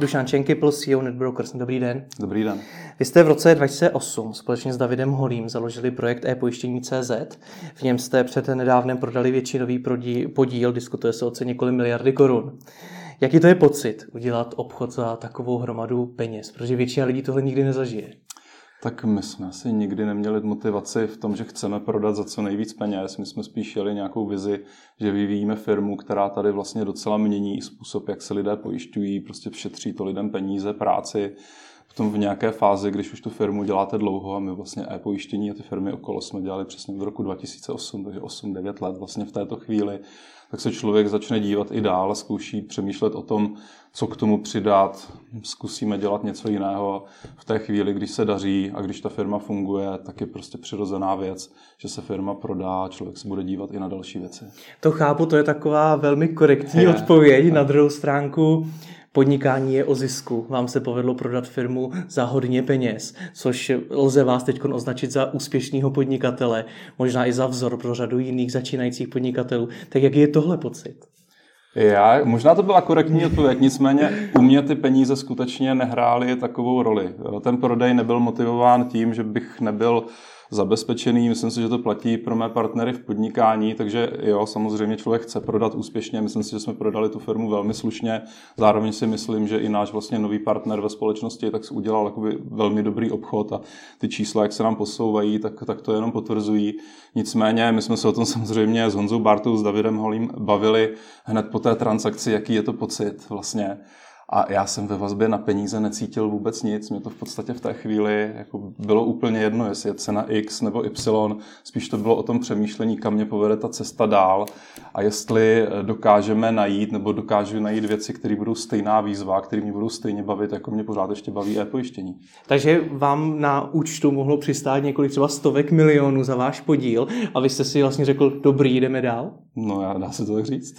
Dušan Čenkypl, CEO NetBrokers. Dobrý den. Dobrý den. Vy jste v roce 2008 společně s Davidem Holým založili projekt ePojištění.cz. V něm jste před nedávnem prodali většinový podíl, diskutuje se o ceně kolem miliardy korun. Jaký to je pocit udělat obchod za takovou hromadu peněz? Protože většina lidí tohle nikdy nezažije. Tak my jsme asi nikdy neměli motivaci v tom, že chceme prodat za co nejvíc peněz. My jsme spíš jeli nějakou vizi, že vyvíjíme firmu, která tady vlastně docela mění způsob, jak se lidé pojišťují, prostě šetří to lidem peníze, práci. Potom v nějaké fázi, když už tu firmu děláte dlouho, a my vlastně e-pojištění a ty firmy okolo jsme dělali přesně od roku 2008, takže 8-9 let vlastně v této chvíli, tak se člověk začne dívat i dál a zkouší přemýšlet o tom, co k tomu přidat, zkusíme dělat něco jiného. V té chvíli, když se daří a když ta firma funguje, tak je prostě přirozená věc, že se firma prodá a člověk se bude dívat i na další věci. To chápu, to je taková velmi korektní odpověď. Na druhou stránku podnikání je o zisku. Vám se povedlo prodat firmu za hodně peněz, což lze vás teď označit za úspěšného podnikatele, možná i za vzor pro řadu jiných začínajících podnikatelů. Tak jaký je tohle pocit? Možná to byla korektní odpověď, nicméně u mě ty peníze skutečně nehrály takovou roli. Ten prodej nebyl motivován tím, že bych nebyl zabezpečený. Myslím si, že to platí pro mé partnery v podnikání, takže jo, samozřejmě člověk chce prodat úspěšně. Myslím si, že jsme prodali tu firmu velmi slušně. Zároveň si myslím, že i náš vlastně nový partner ve společnosti tak udělal jakoby velmi dobrý obchod a ty čísla, jak se nám posouvají, tak to jenom potvrzují. Nicméně my jsme se o tom samozřejmě s Honzou Bártou, s Davidem Holým bavili hned po té transakci, jaký je to pocit vlastně. A já jsem ve vazbě na peníze necítil vůbec nic. Mě to v podstatě v té chvíli jako bylo úplně jedno, jestli je cena X nebo Y. Spíš to bylo o tom přemýšlení, kam mě povede ta cesta dál a jestli dokážeme najít nebo dokážu najít věci, které budou stejná výzva, které mě budou stejně bavit, jako mě pořád ještě baví e-pojištění. Takže vám na účtu mohlo přistát několik třeba stovek milionů za váš podíl a vy jste si vlastně řekl, dobrý, jdeme dál? No, dá se to tak říct.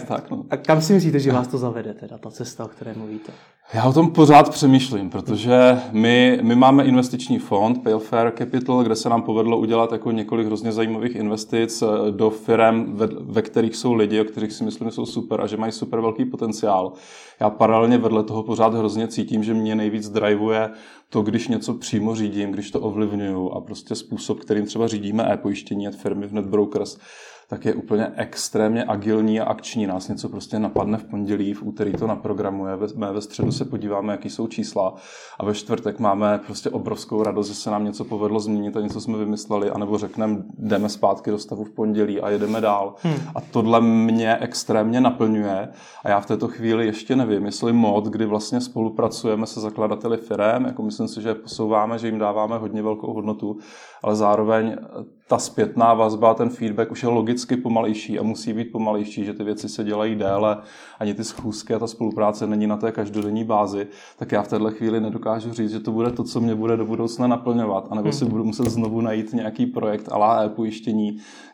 A kam si myslíte, že vás to zavede, teda ta cesta, o které mluvíte? Já o tom pořád přemýšlím, protože my máme investiční fond Pale Fair Capital, kde se nám povedlo udělat jako několik hrozně zajímavých investic do firem, ve kterých jsou lidi, o kterých si myslím, že jsou super a že mají super velký potenciál. Já paralelně vedle toho pořád hrozně cítím, že mě nejvíc drivuje to, když něco přímo řídím, když to ovlivňuju a prostě způsob, kterým třeba řídíme e-pojištění a firmy v NetBrokers, tak je úplně extrémně agilní a akční. Nás něco prostě napadne v pondělí, v úterý to naprogramuje, ve středu se podíváme, jaký jsou čísla a ve čtvrtek máme prostě obrovskou radost, že se nám něco povedlo změnit a něco jsme vymysleli, anebo řekneme, jdeme zpátky do stavu v pondělí a jedeme dál. A tohle mě extrémně naplňuje a já v této chvíli ještě nevím, jestli mod, kdy vlastně spolupracujeme se zakladateli firem, jako myslím si, že posouváme, že jim dáváme hodně velkou hodnotu, ale zároveň ta zpětná vazba, ten feedback už je logicky pomalejší a musí být pomalejší, že ty věci se dělají déle, ani ty schůzky a ta spolupráce není na té každodenní bázi, tak já v této chvíli nedokážu říct, že to bude to, co mě bude do budoucna naplňovat, anebo si budu muset znovu najít nějaký projekt à e-pojištění,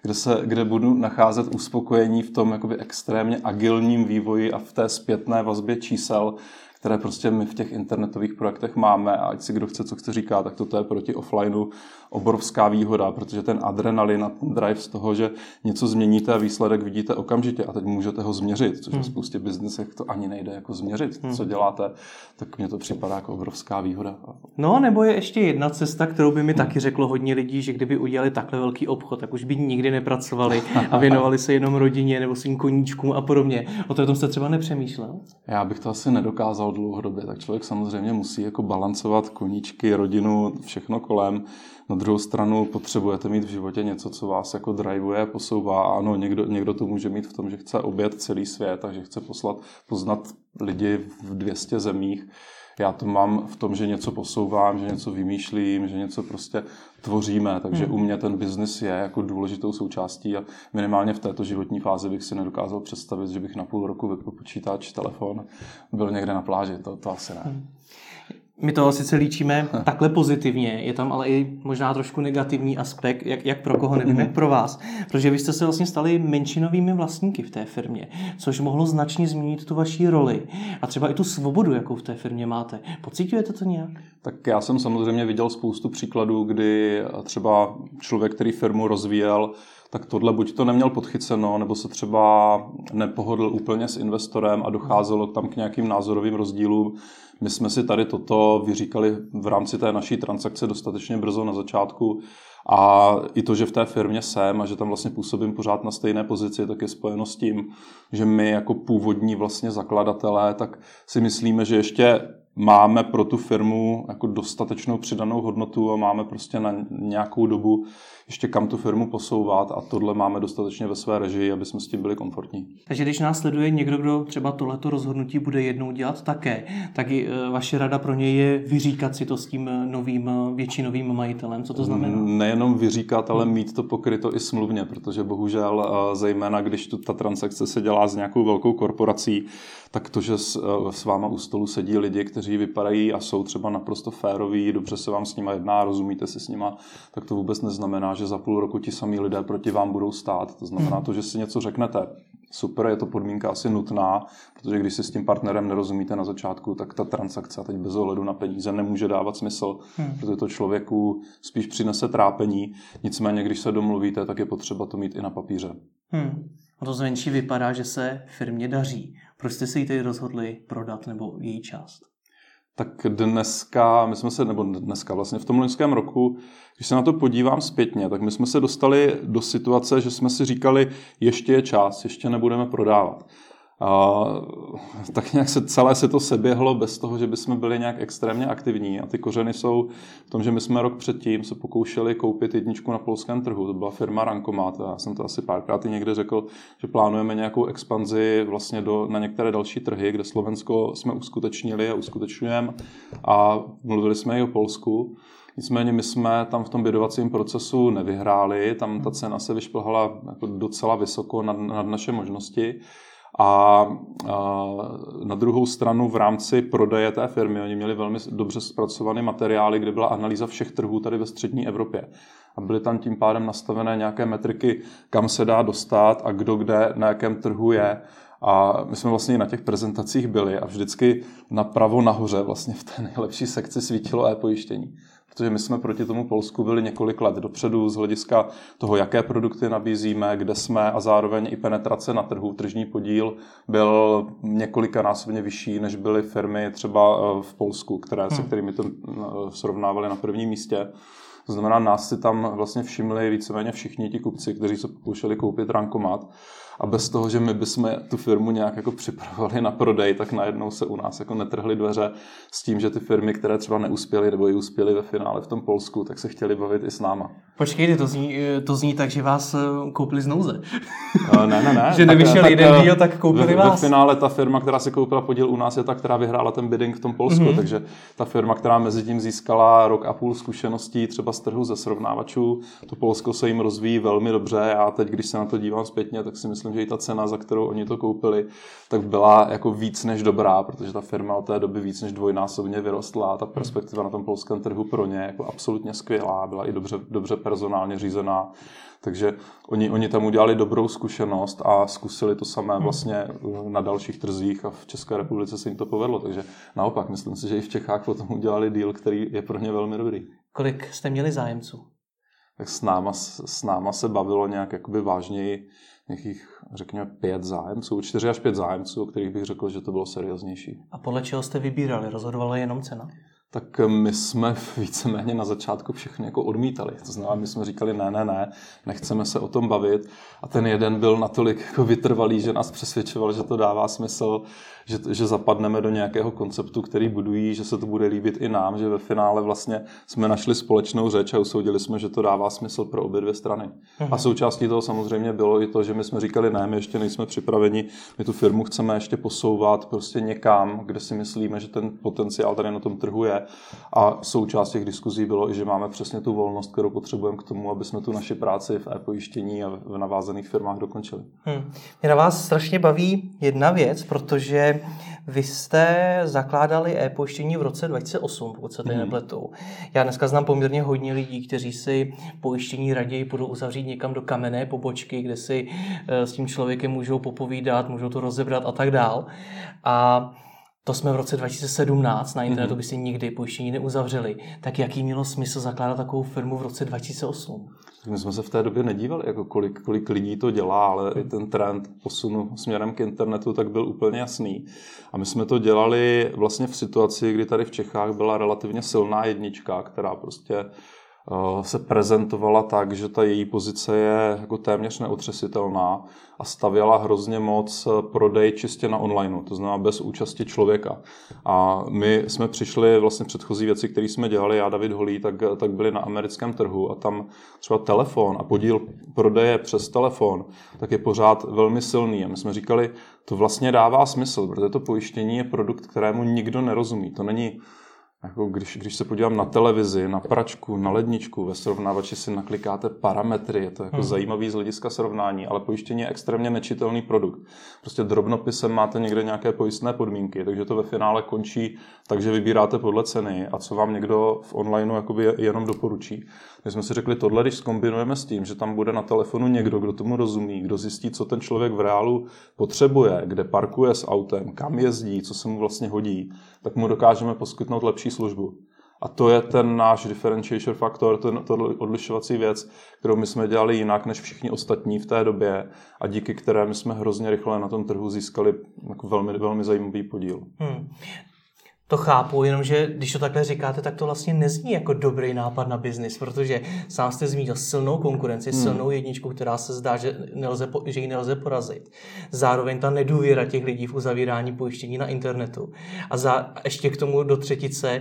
kde budu nacházet uspokojení v tom jakoby extrémně agilním vývoji a v té zpětné vazbě čísel, které prostě my v těch internetových projektech máme a ať si kdo chce, co chce říká, tak toto je proti offlineu obrovská výhoda, protože ten adrenalin a ten drive z toho, že něco změníte a výsledek vidíte okamžitě a teď můžete ho změřit, což ve spoustě biznesech to ani nejde jako změřit, co děláte, tak mně to připadá jako obrovská výhoda. No, nebo je ještě jedna cesta, kterou by mi taky řeklo hodně lidí, že kdyby udělali takhle velký obchod, tak už by nikdy nepracovali a věnovali se jenom rodině nebo svým koníčkům a podobně. O tom jste třeba nepřemýšlel? Já bych to asi nedokázal dlouhodobě, tak člověk samozřejmě musí jako balancovat koníčky, rodinu, všechno kolem. Na druhou stranu potřebujete mít v životě něco, co vás jako driveuje, posouvá. Ano, někdo to může mít v tom, že chce objet celý svět a že chce poznat lidi v 200 zemích. Já to mám v tom, že něco posouvám, že něco vymýšlím, že něco prostě tvoříme, takže u mě ten biznis je jako důležitou součástí a minimálně v této životní fázi bych si nedokázal představit, že bych na půl roku vypl počítač, telefon, byl někde na pláži, to asi ne. My to sice líčíme takhle pozitivně, je tam ale i možná trošku negativní aspekt, jak pro koho, nevím, jak pro vás. Protože vy jste se vlastně stali menšinovými vlastníky v té firmě, což mohlo značně změnit tu vaši roli a třeba i tu svobodu, jakou v té firmě máte. Pociťujete to nějak? Tak já jsem samozřejmě viděl spoustu příkladů, kdy třeba člověk, který firmu rozvíjel, tak tohle buď to neměl podchyceno, nebo se třeba nepohodl úplně s investorem a docházelo tam k nějakým názorovým rozdílům. My jsme si tady toto vyříkali v rámci té naší transakce dostatečně brzo na začátku a i to, že v té firmě jsem a že tam vlastně působím pořád na stejné pozici, tak je spojeno s tím, že my jako původní vlastně zakladatelé, tak si myslíme, že ještě máme pro tu firmu jako dostatečnou přidanou hodnotu a máme prostě na nějakou dobu ještě kam tu firmu posouvat a tohle máme dostatečně ve své režii, aby jsme s tím byli komfortní. Takže když nás sleduje někdo, kdo třeba tohleto rozhodnutí bude jednou dělat také, tak i vaše rada pro něj je vyříkat si to s tím novým většinovým majitelem. Co to znamená? Nejenom vyříkat, ale mít to pokryto i smluvně, protože bohužel zejména, když ta transakce se dělá s nějakou velkou korporací, tak to, že s váma u stolu sedí lidi, kteří vypadají a jsou třeba naprosto féroví, dobře se vám s nima jedná, rozumíte si s nima, tak to vůbec neznamená, že za půl roku ti samí lidé proti vám budou stát. To znamená to, že si něco řeknete. Super, je to podmínka asi nutná, protože když si s tím partnerem nerozumíte na začátku, tak ta transakce, a teď bez ohledu na peníze, nemůže dávat smysl, protože to člověku spíš přinese trápení. Nicméně, když se domluvíte, tak je potřeba to mít i na papíře. A to zvenčí vypadá, že se firmě daří. Proč jste se jí tedy rozhodli prodat nebo její část? Tak dneska vlastně v tom loňském roku, když se na to podívám zpětně, tak my jsme se dostali do situace, že jsme si říkali, ještě je čas, ještě nebudeme prodávat. Tak nějak celé se to seběhlo bez toho, že bychom byli nějak extrémně aktivní a ty kořeny jsou v tom, že my jsme rok předtím se pokoušeli koupit jedničku na polském trhu, to byla firma Rankomat a já jsem to asi párkrát i někde řekl, že plánujeme nějakou expanzi vlastně na některé další trhy, kde Slovensko jsme uskutečnili a uskutečňujeme a mluvili jsme i o Polsku. Nicméně my jsme tam v tom bydovacím procesu nevyhráli, tam ta cena se vyšplhala jako docela vysoko nad naše možnosti. A na druhou stranu v rámci prodeje té firmy oni měli velmi dobře zpracované materiály, kde byla analýza všech trhů tady ve střední Evropě. A byly tam tím pádem nastavené nějaké metriky, kam se dá dostat a kdo kde na jakém trhu je. A my jsme vlastně na těch prezentacích byli a vždycky napravo nahoře vlastně v té nejlepší sekci svítilo e-pojištění. Protože my jsme proti tomu Polsku byli několik let dopředu z hlediska toho, jaké produkty nabízíme, kde jsme a zároveň i penetrace na trhu. Tržní podíl byl několikanásobně vyšší, než byly firmy třeba v Polsku, se kterými to srovnávali na prvním místě. To znamená, nás si tam vlastně všimli víceméně všichni ti kupci, kteří se pokoušeli koupit Rankomat. A bez toho, že my bychom tu firmu nějak jako připravovali na prodej, tak najednou se u nás jako netrhly dveře s tím, že ty firmy, které třeba neuspěly nebo i uspěly ve finále v tom Polsku, tak se chtěli bavit i s náma. Počkejte, to zní tak, že vás koupili z nouze. Ne. Že nevyšel jeden díl, tak koupili vás. Ve finále ta firma, která si koupila podíl u nás, je ta, která vyhrála ten bidding v tom Polsku. Takže ta firma, která mezi tím získala rok a půl zkušeností třeba z trhu ze srovnávačů, to Polsko se jim rozvíjí velmi dobře a teď, když se na to dívám zpětně, tak si myslím, že i ta cena, za kterou oni to koupili, tak byla jako víc než dobrá, protože ta firma od té doby víc než dvojnásobně vyrostla a ta perspektiva na tom polském trhu pro ně jako absolutně skvělá, byla i dobře personálně řízená. Takže oni tam udělali dobrou zkušenost a zkusili to samé vlastně na dalších trzích a v České republice se jim to povedlo. Takže naopak, myslím si, že i v Čechách potom udělali deal, který je pro ně velmi dobrý. Kolik jste měli zájemců? Tak s náma se bavilo nějak jakoby vážněji nějakých, řekněme, 5 zájemců, 4 až 5 zájemců, o kterých bych řekl, že to bylo serióznější. A podle čeho jste vybírali? Rozhodovala jenom cena? Tak my jsme víceméně na začátku všechny jako odmítali. To znamená, my jsme říkali ne, nechceme se o tom bavit. A ten jeden byl natolik jako vytrvalý, že nás přesvědčoval, že to dává smysl, že zapadneme do nějakého konceptu, který budují, že se to bude líbit i nám, že ve finále vlastně jsme našli společnou řeč a usoudili jsme, že to dává smysl pro obě dvě strany. A součástí toho samozřejmě bylo i to, že my jsme říkali ne, my ještě nejsme připraveni, my tu firmu chceme ještě posouvat prostě někam, kde si myslíme, že ten potenciál tady na tom trhu je. A součást těch diskuzí bylo i, že máme přesně tu volnost, kterou potřebujeme k tomu, aby jsme tu naši práci v e-pojištění a v navázaných firmách dokončili. Mě na vás strašně baví jedna věc, protože vy jste zakládali e-pojištění v roce 2008, pokud se tady nepletou. Já dneska znám poměrně hodně lidí, kteří si pojištění raději budou uzavřít někam do kamenné pobočky, kde si s tím člověkem můžou popovídat, můžou to rozebrat a tak dál. A To jsme v roce 2017, na internetu by si nikdy pojištění neuzavřeli. Tak jaký mělo smysl zakládat takovou firmu v roce 2008? My jsme se v té době nedívali, jako kolik lidí to dělá, ale i ten trend posunu směrem k internetu tak byl úplně jasný. A my jsme to dělali vlastně v situaci, kdy tady v Čechách byla relativně silná jednička, která prostě se prezentovala tak, že ta její pozice je jako téměř neotřesitelná a stavěla hrozně moc prodej čistě na onlineu, to znamená bez účasti člověka. A my jsme přišli vlastně předchozí věci, které jsme dělali, já, David Holý, tak byli na americkém trhu a tam třeba telefon a podíl prodeje přes telefon, tak je pořád velmi silný. A my jsme říkali, to vlastně dává smysl, protože to pojištění je produkt, kterému nikdo nerozumí. To není jako když se podívám na televizi, na pračku, na ledničku, ve srovnávači si naklikáte parametry, je to jako zajímavý z hlediska srovnání, ale pojištění je extrémně nečitelný produkt. Prostě drobnopisem máte někde nějaké pojistné podmínky, takže to ve finále končí tak, že vybíráte podle ceny a co vám někdo v onlineu jakoby jenom doporučí. My jsme si řekli, tohle, když zkombinujeme s tím, že tam bude na telefonu někdo, kdo tomu rozumí, kdo zjistí, co ten člověk v reálu potřebuje, kde parkuje s autem, kam jezdí, co se mu vlastně hodí, tak mu dokážeme poskytnout lepší službu. A to je ten náš differentiation faktor, to odlišovací věc, kterou my jsme dělali jinak než všichni ostatní v té době a díky které my jsme hrozně rychle na tom trhu získali jako velmi, velmi zajímavý podíl. To chápu, jenomže když to takhle říkáte, tak to vlastně nezní jako dobrý nápad na biznis, protože sám jste zmínil silnou konkurenci, silnou jedničku, která se zdá, že ji nelze porazit. Zároveň ta nedůvěra těch lidí v uzavírání pojištění na internetu. A ještě k tomu do třetice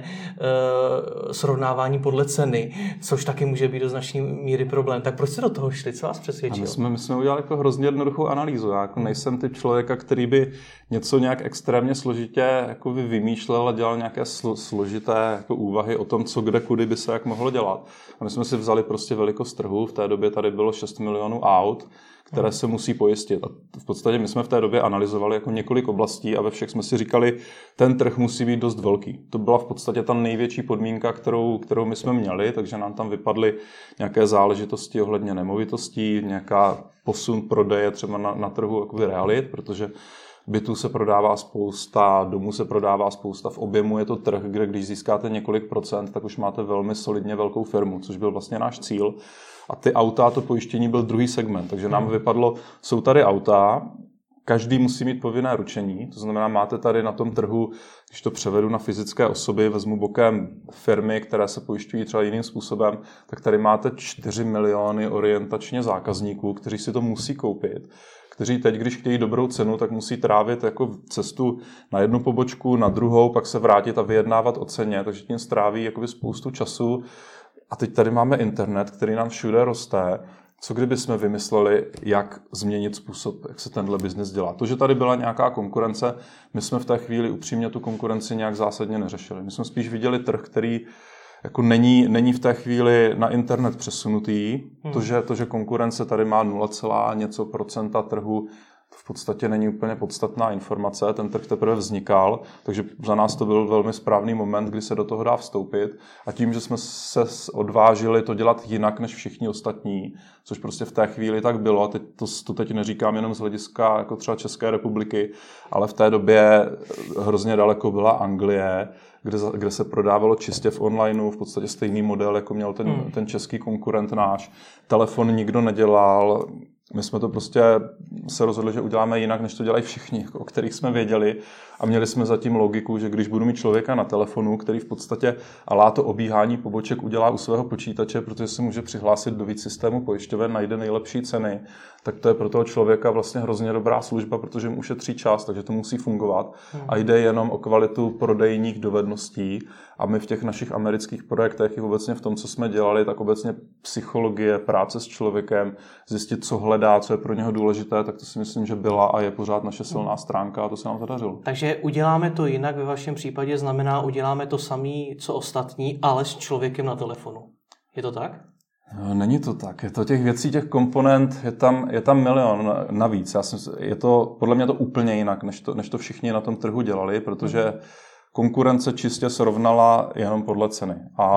srovnávání podle ceny, což taky může být do značné míry problém. Tak proč jste do toho šli? Co vás přesvědčilo? My jsme udělali jako hrozně jednoduchou analýzu. Já jako nejsem typ člověka, který by něco nějak extrémně složitě jako vymýšlel a dělal nějaké složité jako úvahy o tom, co kde kudy by se jak mohlo dělat. A my jsme si vzali prostě velikost trhu. V té době tady bylo 6 milionů aut, které se musí pojistit. A v podstatě my jsme v té době analyzovali jako několik oblastí a ve všech jsme si říkali, ten trh musí být dost velký. To byla v podstatě ta největší podmínka, kterou my jsme měli, takže nám tam vypadly nějaké záležitosti ohledně nemovitostí, nějaká posun prodeje třeba na trhu jakoby realit, protože bytů se prodává spousta, domů se prodává spousta, v objemu je to trh, kde když získáte několik procent, tak už máte velmi solidně velkou firmu, což byl vlastně náš cíl. A ty auta, to pojištění byl druhý segment, takže nám vypadlo, jsou tady auta, každý musí mít povinné ručení, to znamená, máte tady na tom trhu, když to převedu na fyzické osoby, vezmu bokem firmy, které se pojišťují třeba jiným způsobem, tak tady máte 4 miliony orientačně zákazníků, kteří si to musí koupit, kteří teď, když chtějí dobrou cenu, tak musí trávit jako cestu na jednu pobočku, na druhou, pak se vrátit a vyjednávat o ceně, takže tím stráví jakoby spoustu času. A teď tady máme internet, který nám všude roste. Co kdyby jsme vymysleli, jak změnit způsob, jak se tenhle biznis dělá? To, že tady byla nějaká konkurence, my jsme v té chvíli upřímně tu konkurenci nějak zásadně neřešili. My jsme spíš viděli trh, který jako není v té chvíli na internet přesunutý. To, že konkurence tady má 0, něco procenta trhu, to v podstatě není úplně podstatná informace. Ten trh teprve vznikal, takže za nás to byl velmi správný moment, kdy se do toho dá vstoupit. A tím, že jsme se odvážili to dělat jinak než všichni ostatní, což prostě v té chvíli tak bylo, a to teď neříkám jenom z hlediska jako třeba České republiky, ale v té době hrozně daleko byla Anglie, kde se prodávalo čistě v onlineu, v podstatě stejný model, jako měl ten český konkurent náš. Telefon nikdo nedělal. My jsme to prostě se rozhodli, že uděláme jinak, než to dělají všichni, o kterých jsme věděli. A měli jsme zatím logiku, že když budu mít člověka na telefonu, který v podstatě to obíhání poboček udělá u svého počítače, protože se může přihlásit do víc systému pojišťoven, najde nejlepší ceny, tak to je pro toho člověka vlastně hrozně dobrá služba, protože mu ušetří čas, takže to musí fungovat. A jde jenom o kvalitu prodejních dovedností. A my v těch našich amerických projektech i obecně v tom, co jsme dělali, tak obecně psychologie, práce s člověkem, zjistit, co hledá, co je pro něho důležité, tak to si myslím, že byla a je pořád naše silná stránka a to se nám zadařilo. Takže uděláme to jinak, ve vašem případě znamená, uděláme to samý, co ostatní, ale s člověkem na telefonu. Je to tak? Není to tak. Je to těch věcí, těch komponent, je tam milion navíc. Je to podle mě to úplně jinak, než to všichni na tom trhu dělali, protože konkurence čistě srovnala jenom podle ceny. A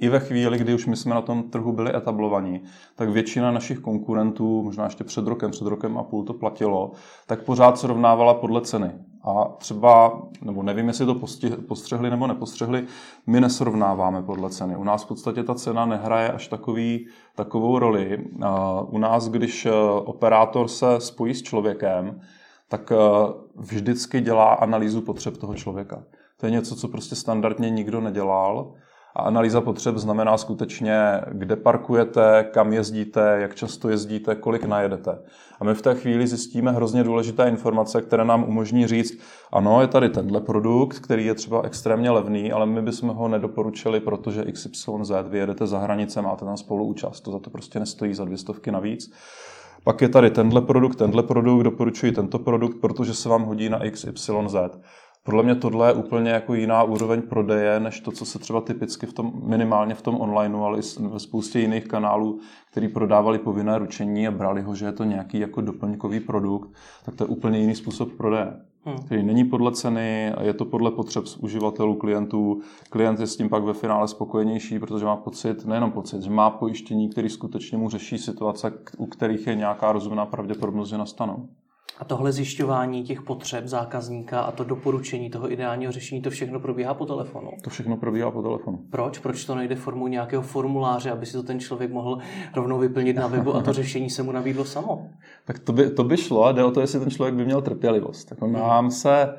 i ve chvíli, kdy už my jsme na tom trhu byli etablovaní, tak většina našich konkurentů, možná ještě před rokem a půl to platilo, tak pořád srovnávala podle ceny. A třeba, nebo nevím, jestli to postřehli nebo nepostřehli, my nesrovnáváme podle ceny. U nás v podstatě ta cena nehraje až takovou roli. U nás, když operátor se spojí s člověkem, tak vždycky dělá analýzu potřeb toho člověka. To je něco, co prostě standardně nikdo nedělal. A analýza potřeb znamená skutečně, kde parkujete, kam jezdíte, jak často jezdíte, kolik najedete. A my v té chvíli zjistíme hrozně důležité informace, které nám umožní říct, ano, je tady tenhle produkt, který je třeba extrémně levný, ale my bychom ho nedoporučili, protože XYZ, vy jedete za hranice, máte tam spoluúčast, to za to prostě nestojí za 200 navíc. Pak je tady tenhle produkt, doporučuji tento produkt, protože se vám hodí na XYZ. Podle mě tohle je úplně jako jiná úroveň prodeje, než to, co se třeba typicky minimálně v tom onlineu, ale i ve spoustě jiných kanálů, který prodávali povinné ručení a brali ho, že je to nějaký jako doplňkový produkt, tak to je úplně jiný způsob prodeje. Který není podle ceny, je to podle potřeb uživatelů, klientů. Klient je s tím pak ve finále spokojenější, protože má nejenom pocit, že má pojištění, který skutečně mu řeší situace, u kterých je nějaká rozumná pravděpodobnost, že nastanou. A tohle zjišťování těch potřeb zákazníka a to doporučení toho ideálního řešení, to všechno probíhá po telefonu? To všechno probíhá po telefonu. Proč? Proč to nejde formou nějakého formuláře, aby si to ten člověk mohl rovnou vyplnit na webu a to řešení se mu nabídlo samo? Tak to by šlo a jde o to, jestli ten člověk by měl trpělivost. Jako nám se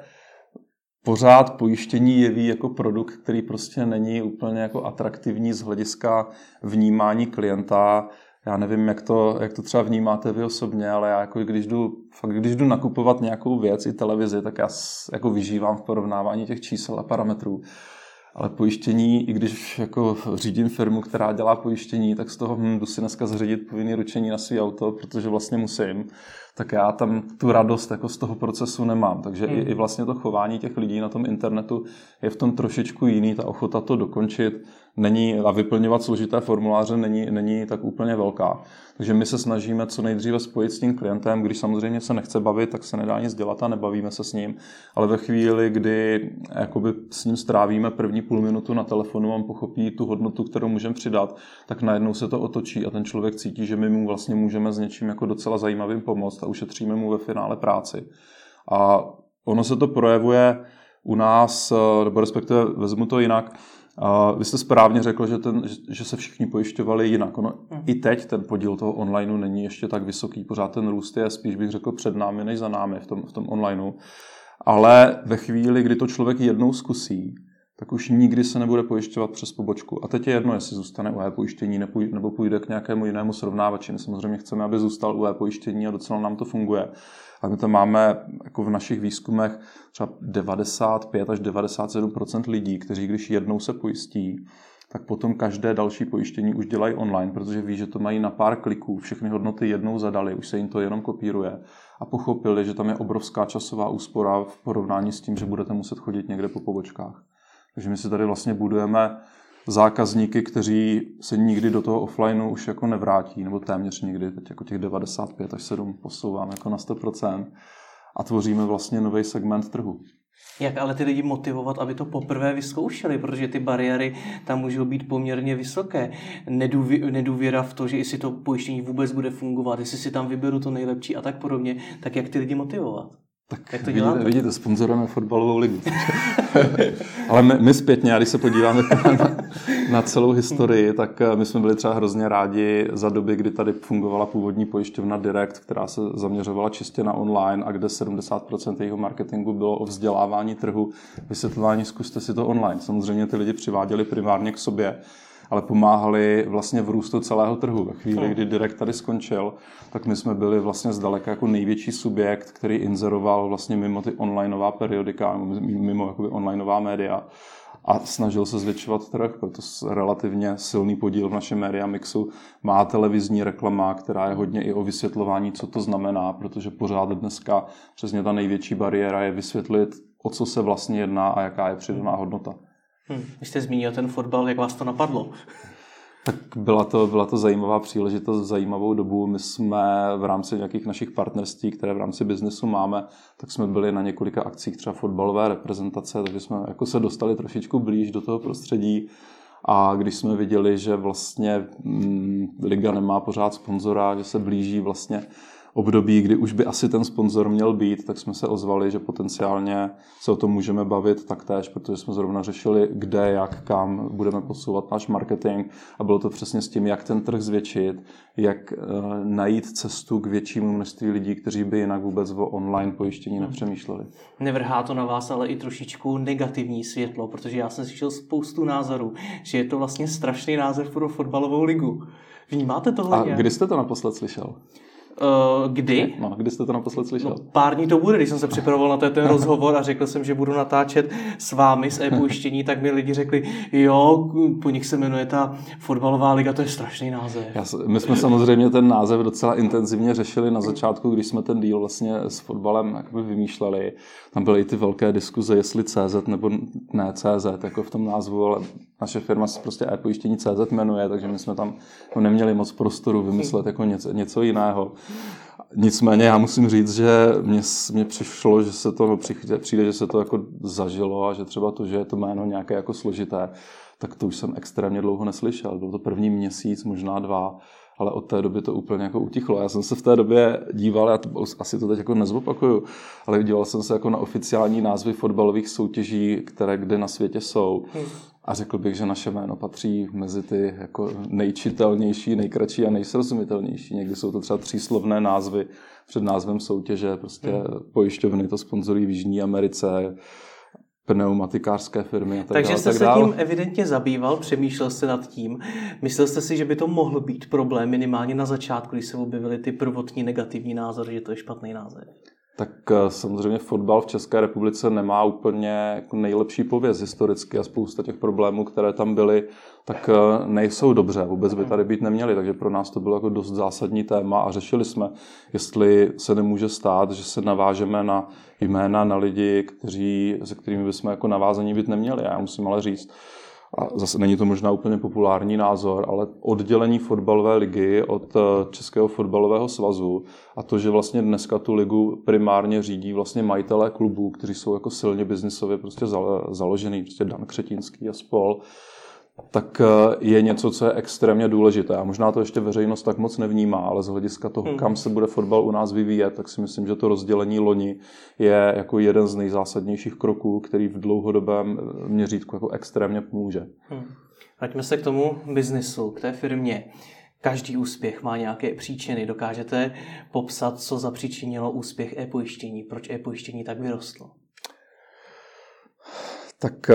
pořád pojištění jeví jako produkt, který prostě není úplně jako atraktivní z hlediska vnímání klienta. Já nevím, jak to třeba vnímáte vy osobně, ale já jako když jdu nakupovat nějakou věc i televizi, tak já jako vyžívám v porovnávání těch čísel a parametrů. Ale pojištění, i když jako řídím firmu, která dělá pojištění, tak z toho jdu si dneska zařídit povinné ručení na svý auto, protože vlastně musím, tak já tam tu radost jako z toho procesu nemám. Takže i vlastně to chování těch lidí na tom internetu je v tom trošičku jiný, ta ochota to dokončit není a vyplňovat složité formuláře není tak úplně velká. Takže my se snažíme co nejdříve spojit s tím klientem, když samozřejmě se nechce bavit, tak se nedá nic dělat a nebavíme se s ním, ale ve chvíli, kdy jakoby s ním strávíme první půl minutu na telefonu, on pochopí tu hodnotu, kterou můžeme přidat, tak najednou se to otočí a ten člověk cítí, že my mu vlastně můžeme s něčím jako docela zajímavým pomoct a ušetříme mu ve finále práci. A ono se to projevuje u nás, nebo respektive vezmu to jinak. Vy jste správně řekl, že se všichni pojišťovali jinak. I teď ten podíl toho onlineu není ještě tak vysoký, pořád ten růst je spíš bych řekl před námi než za námi v tom onlineu. Ale ve chvíli, kdy to člověk jednou zkusí, tak už nikdy se nebude pojišťovat přes pobočku. A teď je jedno, jestli zůstane u e-pojištění nebo půjde k nějakému jinému srovnávači. My samozřejmě chceme, aby zůstal u e-pojištění a docela nám to funguje. A my to máme jako v našich výzkumech třeba 95 až 97% lidí, kteří když jednou se pojistí, tak potom každé další pojištění už dělají online, protože ví, že to mají na pár kliků, všechny hodnoty jednou zadali, už se jim to jenom kopíruje a pochopili, že tam je obrovská časová úspora v porovnání s tím, že budete muset chodit někde po pobočkách. Takže my si tady vlastně budujeme zákazníky, kteří se nikdy do toho offlineu už jako nevrátí, nebo téměř nikdy, teď jako těch 95 až 7 posouváme jako na 100% a tvoříme vlastně nový segment trhu. Jak ale ty lidi motivovat, aby to poprvé vyzkoušeli, protože ty bariéry tam můžou být poměrně vysoké. Nedůvěra v to, že jestli to pojištění vůbec bude fungovat, jestli si tam vyberu to nejlepší a tak podobně, tak jak ty lidi motivovat? Tak jak to vidíte, sponzorujeme fotbalovou ligu. Ale my zpětně, když se podíváme na celou historii, tak my jsme byli třeba hrozně rádi za doby, kdy tady fungovala původní pojišťovna Direct, která se zaměřovala čistě na online a kde 70% jejího marketingu bylo o vzdělávání trhu, vysvětlování, zkuste si to online. Samozřejmě ty lidi přiváděli primárně k sobě, ale pomáhali vlastně v růstu celého trhu. Ve chvíli, kdy Direct tady skončil, tak my jsme byli vlastně zdaleka jako největší subjekt, který inzeroval vlastně mimo ty onlineová periodika, mimo jakoby onlineová média a snažil se zvětšovat trh, proto relativně silný podíl v našem media mixu má televizní reklama, která je hodně i o vysvětlování, co to znamená, protože pořád dneska přesně ta největší bariéra je vysvětlit, o co se vlastně jedná a jaká je přidaná hodnota. Vy jste zmínil ten fotbal, jak vás to napadlo? Tak byla to zajímavá příležitost, zajímavou dobu. My jsme v rámci nějakých našich partnerství, které v rámci biznesu máme, tak jsme byli na několika akcích třeba fotbalové reprezentace, takže jsme jako se dostali trošičku blíž do toho prostředí A když jsme viděli, že vlastně liga nemá pořád sponzora, že se blíží vlastně období, kdy už by asi ten sponzor měl být, tak jsme se ozvali, že potenciálně se o tom můžeme bavit taktéž, protože jsme zrovna řešili, kde, jak, kam budeme posouvat náš marketing a bylo to přesně s tím, jak ten trh zvětšit, jak najít cestu k většímu množství lidí, kteří by jinak vůbec o online pojištění nepřemýšleli. Nevrhá to na vás ale i trošičku negativní světlo, protože já jsem slyšel spoustu názorů, že je to vlastně strašný název pro fotbalovou ligu. Vnímáte tohle? A kdy jste to naposled slyšel? Kdy? No, kdy jste to naposled slyšel? No, pár dní to bude, když jsem se připravoval na ten rozhovor a řekl jsem, že budu natáčet s vámi z e-pojištění, tak mi lidi řekli, jo, po nich se jmenuje ta fotbalová liga, to je strašný název. My jsme samozřejmě ten název docela intenzivně řešili na začátku, když jsme ten deal vlastně s fotbalem jakoby vymýšleli. Tam byly i ty velké diskuze, jestli CZ nebo ne CZ, jako v tom názvu, ale naše firma se prostě e-pojištění CZ jmenuje, takže my jsme tam neměli moc prostoru vymyslet jako něco jiného. Nicméně já musím říct, že mně přišlo, že se to přijde, že se to jako zažilo a že třeba to, že je to jméno nějaké jako složité, tak to už jsem extrémně dlouho neslyšel. Byl to první měsíc, možná 2, ale od té doby to úplně jako utichlo. Já jsem se v té době díval, já to asi to teď jako nezopakuju, ale díval jsem se jako na oficiální názvy fotbalových soutěží, kde na světě jsou. A řekl bych, že naše jméno patří mezi ty jako nejčitelnější, nejkratší a nejsrozumitelnější. Někdy jsou to třeba 3slovné názvy před názvem soutěže, prostě pojišťovny to sponzorují v Jižní Americe, pneumatikářské firmy a tak Takže dále. jste se tím evidentně zabýval, přemýšlel jste nad tím. Myslel jste si, že by to mohl být problém minimálně na začátku, když se objevily ty prvotní negativní názory, že to je špatný název? Tak samozřejmě fotbal v České republice nemá úplně jako nejlepší pověst historicky a spousta těch problémů, které tam byly, tak nejsou dobře, vůbec by tady být neměly, takže pro nás to bylo jako dost zásadní téma a řešili jsme, jestli se nemůže stát, že se navážeme na jména, na lidi, se kterými bychom jako navázaní být neměli. Já musím ale říct, a zase není to možná úplně populární názor, ale oddělení fotbalové ligy od Českého fotbalového svazu a to, že vlastně dneska tu ligu primárně řídí vlastně majitelé klubů, kteří jsou jako silně biznisově prostě založený, prostě Dan Křetínský a spol, tak je něco, co je extrémně důležité. A možná to ještě veřejnost tak moc nevnímá, ale z hlediska toho, kam se bude fotbal u nás vyvíjet, tak si myslím, že to rozdělení loni je jako jeden z nejzásadnějších kroků, který v dlouhodobém měřítku jako extrémně pomůže. Vraťme se k tomu biznisu, k té firmě. Každý úspěch má nějaké příčiny. Dokážete popsat, co zapříčinilo úspěch e-pojištění? Proč e-pojištění tak vyrostlo? Tak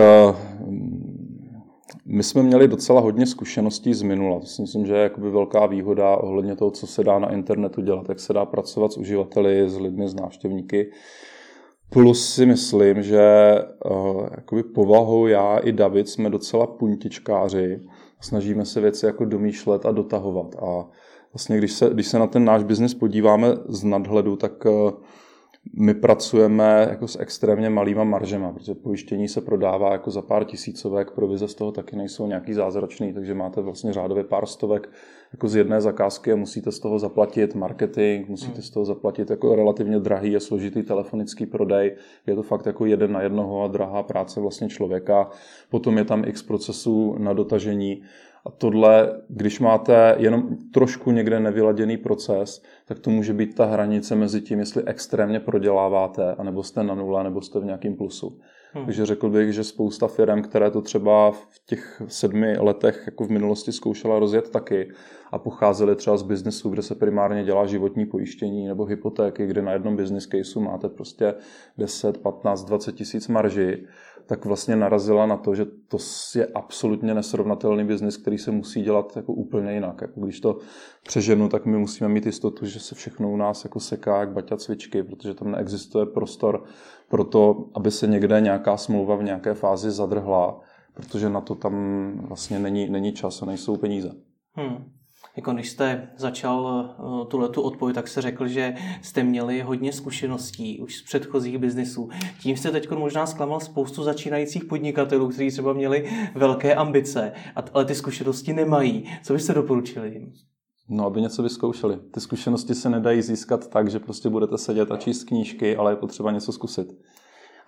my jsme měli docela hodně zkušeností z minula. To si myslím, že je jakoby velká výhoda ohledně toho, co se dá na internetu dělat, jak se dá pracovat s uživateli, s lidmi, s návštěvníky. Plus si myslím, že jakoby povahou já i David jsme docela puntičkáři. Snažíme se věci jako domýšlet a dotahovat. A vlastně, když se na ten náš biznis podíváme z nadhledu, tak my pracujeme jako s extrémně malýma maržema, protože pojištění se prodává jako za pár tisícovek, provize z toho taky nejsou nějaký zázračný, takže máte vlastně řádově pár stovek jako z jedné zakázky a musíte z toho zaplatit marketing, musíte z toho zaplatit jako relativně drahý a složitý telefonický prodej. Je to fakt jako 1 na 1 a drahá práce vlastně člověka. Potom je tam x procesů na dotažení. A tohle, když máte jenom trošku někde nevyladěný proces, tak to může být ta hranice mezi tím, jestli extrémně proděláváte, anebo jste na nule, nebo jste v nějakém plusu. Takže řekl bych, že spousta firm, které to třeba v těch 7 letech jako v minulosti zkoušela rozjet taky a pocházely třeba z biznesu, kde se primárně dělá životní pojištění nebo hypotéky, kde na jednom business caseu máte prostě 10, 15, 20 tisíc marži, tak vlastně narazila na to, že to je absolutně nesrovnatelný biznis, který se musí dělat jako úplně jinak. Jako když to přeženu, tak my musíme mít jistotu, že se všechno u nás jako seká jak baťa cvičky, protože tam neexistuje prostor pro to, aby se někde nějaká smlouva v nějaké fázi zadrhla, protože na to tam vlastně není čas a nejsou peníze. Jako když jste začal tuhletu odpověď, tak se řekl, že jste měli hodně zkušeností už z předchozích biznisů. Tím jste teď možná zklamal spoustu začínajících podnikatelů, kteří třeba měli velké ambice, ale ty zkušenosti nemají. Co byste doporučili jim? No, aby něco vyzkoušeli. Ty zkušenosti se nedají získat tak, že prostě budete sedět a číst knížky, ale je potřeba něco zkusit.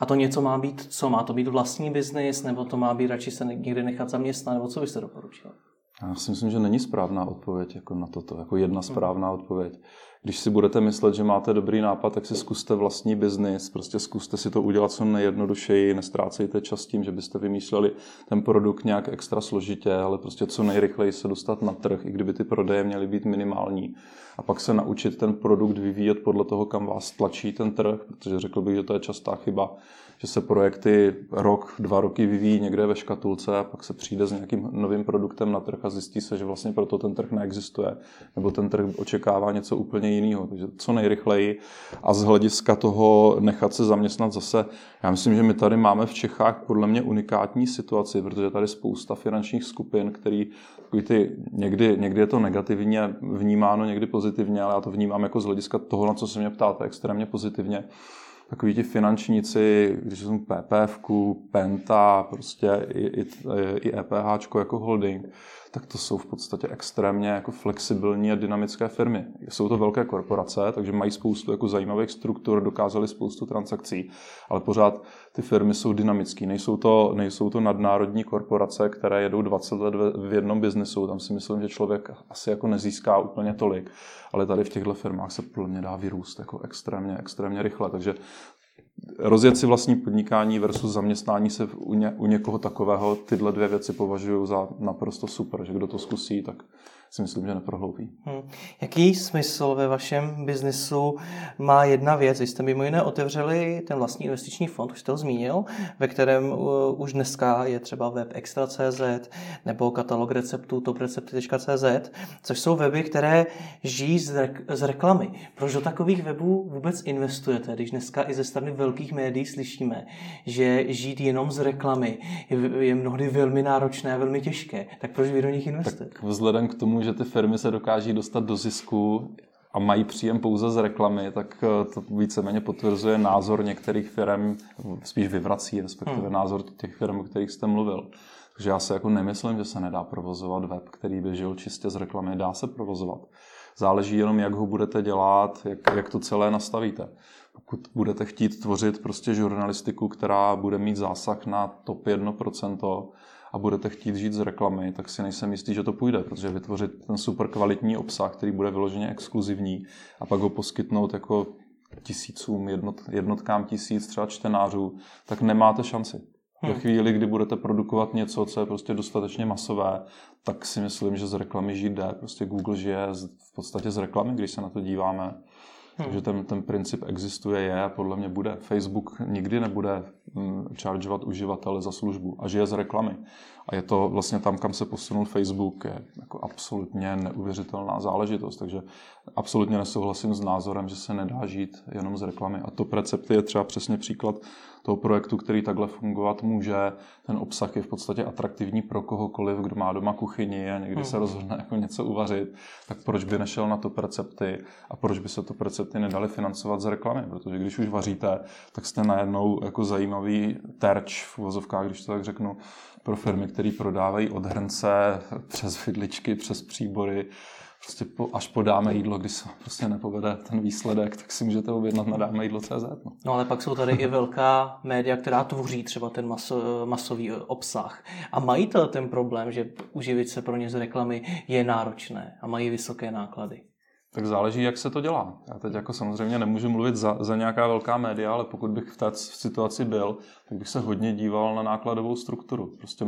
A to něco má být, co? Má to být vlastní biznis, nebo to má být radši se někde nechat zaměstnat, nebo co byste doporučil? Já si myslím, že není správná odpověď jako na toto, jako jedna správná odpověď. Když si budete myslet, že máte dobrý nápad, tak si zkuste vlastní biznis, prostě zkuste si to udělat co nejjednodušeji, nestrácejte čas tím, že byste vymýšleli ten produkt nějak extra složitě, ale prostě co nejrychleji se dostat na trh, i kdyby ty prodeje měly být minimální. A pak se naučit ten produkt vyvíjet podle toho, kam vás tlačí ten trh, protože řekl bych, že to je častá chyba, že se projekty rok, 2 roky vyvíjí někde ve škatulce a pak se přijde s nějakým novým produktem na trh a zjistí se, že vlastně proto ten trh neexistuje, nebo ten trh očekává něco úplně jiného. Takže co nejrychleji a z hlediska toho nechat se zaměstnat zase. Já myslím, že my tady máme v Čechách podle mě unikátní situaci, protože tady spousta finančních skupin, který někdy je to negativně vnímáno, někdy pozitivně, ale já to vnímám jako z hlediska toho, na co se mě ptáte, extrémně pozitivně. Takoví ti finančníci, když jsou PPFku, Penta, prostě i EPHčko jako holding, tak to jsou v podstatě extrémně jako flexibilní a dynamické firmy. Jsou to velké korporace, takže mají spoustu jako zajímavých struktur, dokázali spoustu transakcí, ale pořád ty firmy jsou dynamické. Nejsou to nadnárodní korporace, které jedou 20 let v jednom biznesu. Tam si myslím, že člověk asi jako nezíská úplně tolik, ale tady v těchto firmách se plně dá vyrůst jako extrémně rychle. Takže rozjet si vlastní podnikání versus zaměstnání se u někoho takového, tyhle 2 věci považuji za naprosto super, že kdo to zkusí, tak si myslím, že neprohloupí. Jaký smysl ve vašem biznesu má jedna věc? Vy jste mimo jiné otevřeli ten vlastní investiční fond, už jste ho zmínil, ve kterém už dneska je třeba web extra.cz nebo katalog receptů toprecepty.cz, což jsou weby, které žijí z reklamy. Proč do takových webů vůbec investujete, když dneska i ze strany velkých médií slyšíme, že žít jenom z reklamy je mnohdy velmi náročné a velmi těžké? Tak proč vy do nich investujete? Tak vzhledem k tomu, že ty firmy se dokáží dostat do zisku a mají příjem pouze z reklamy, tak to víceméně potvrzuje názor některých firm, spíš vyvrací, respektive názor těch firm, o kterých jste mluvil. Takže já se jako nemyslím, že se nedá provozovat web, který by žil čistě z reklamy. Dá se provozovat. Záleží jenom, jak ho budete dělat, jak to celé nastavíte. Pokud budete chtít tvořit prostě žurnalistiku, která bude mít zásah na top 1%, a budete chtít žít z reklamy, tak si nejsem jistý, že to půjde, protože vytvořit ten super kvalitní obsah, který bude vyloženě exkluzivní a pak ho poskytnout jako jednotkám tisíc třeba čtenářů, tak nemáte šanci. Ve chvíli, kdy budete produkovat něco, co je prostě dostatečně masové, tak si myslím, že z reklamy žít jde. Prostě Google žije v podstatě z reklamy, když se na to díváme. Takže ten princip existuje a podle mě bude. Facebook nikdy nebude chargeovat uživatele za službu a žije z reklamy. A je to vlastně tam, kam se posunul Facebook, je jako absolutně neuvěřitelná záležitost. Takže absolutně nesouhlasím s názorem, že se nedá žít jenom z reklamy. A Top Recepty je třeba přesně příklad toho projektu, který takhle fungovat může. Ten obsah je v podstatě atraktivní pro kohokoliv, kdo má doma kuchyni a někdy se rozhodne jako něco uvařit. Tak proč by nešel na Top Recepty a proč by se Top Recepty nedali financovat z reklamy? Protože když už vaříte, tak jste najednou jako zajímavý terč v uvozovkách, když to tak řeknu, pro firmy, které prodávají od hrnce přes vidličky, přes příbory, prostě až podáme jídlo, když se prostě nepovede ten výsledek, tak si můžete objednat na dámejídlo.cz. No ale pak jsou tady i velká média, která tvoří třeba ten masový obsah. A mají ten problém, že uživit se pro ně z reklamy je náročné a mají vysoké náklady. Tak záleží, jak se to dělá. Já teď jako samozřejmě nemůžu mluvit za nějaká velká média, ale pokud bych v té situaci byl, tak bych se hodně díval na nákladovou strukturu. Prostě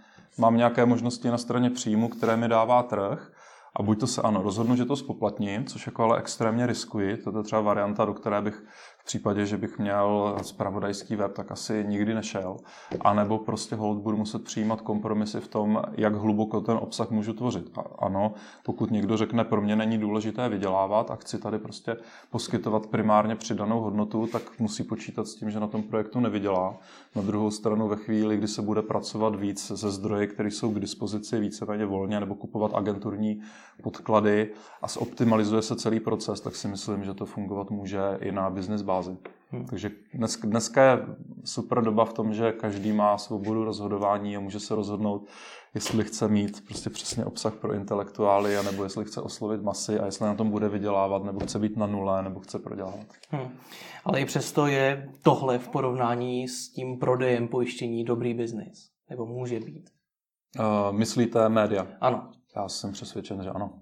mám nějaké možnosti na straně příjmu, které mi dává trh, a buď to se rozhodnu, že to spoplatním, což jako ale extrémně riskuji, to je třeba varianta, do které bych v případě, že bych měl zpravodajský web, tak asi nikdy nešel. A nebo prostě holt budu muset přijímat kompromisy v tom, jak hluboko ten obsah můžu tvořit. A ano, pokud někdo řekne, pro mě není důležité vydělávat a chci tady prostě poskytovat primárně přidanou hodnotu, tak musí počítat s tím, že na tom projektu nevydělá. Na druhou stranu ve chvíli, kdy se bude pracovat víc ze zdroje, které jsou k dispozici víceméně volně, nebo kupovat agenturní podklady a zoptimalizuje se celý proces, tak si myslím, že to fungovat může i na business bázi. Takže dneska je super doba v tom, že každý má svobodu rozhodování a může se rozhodnout, jestli chce mít prostě přesně obsah pro intelektuály, nebo jestli chce oslovit masy a jestli na tom bude vydělávat, nebo chce být na nule, nebo chce prodělávat. Ale i přesto je tohle v porovnání s tím prodejem pojištění dobrý biznis? Nebo může být? Myslíte média? Ano. Já jsem přesvědčen, že ano.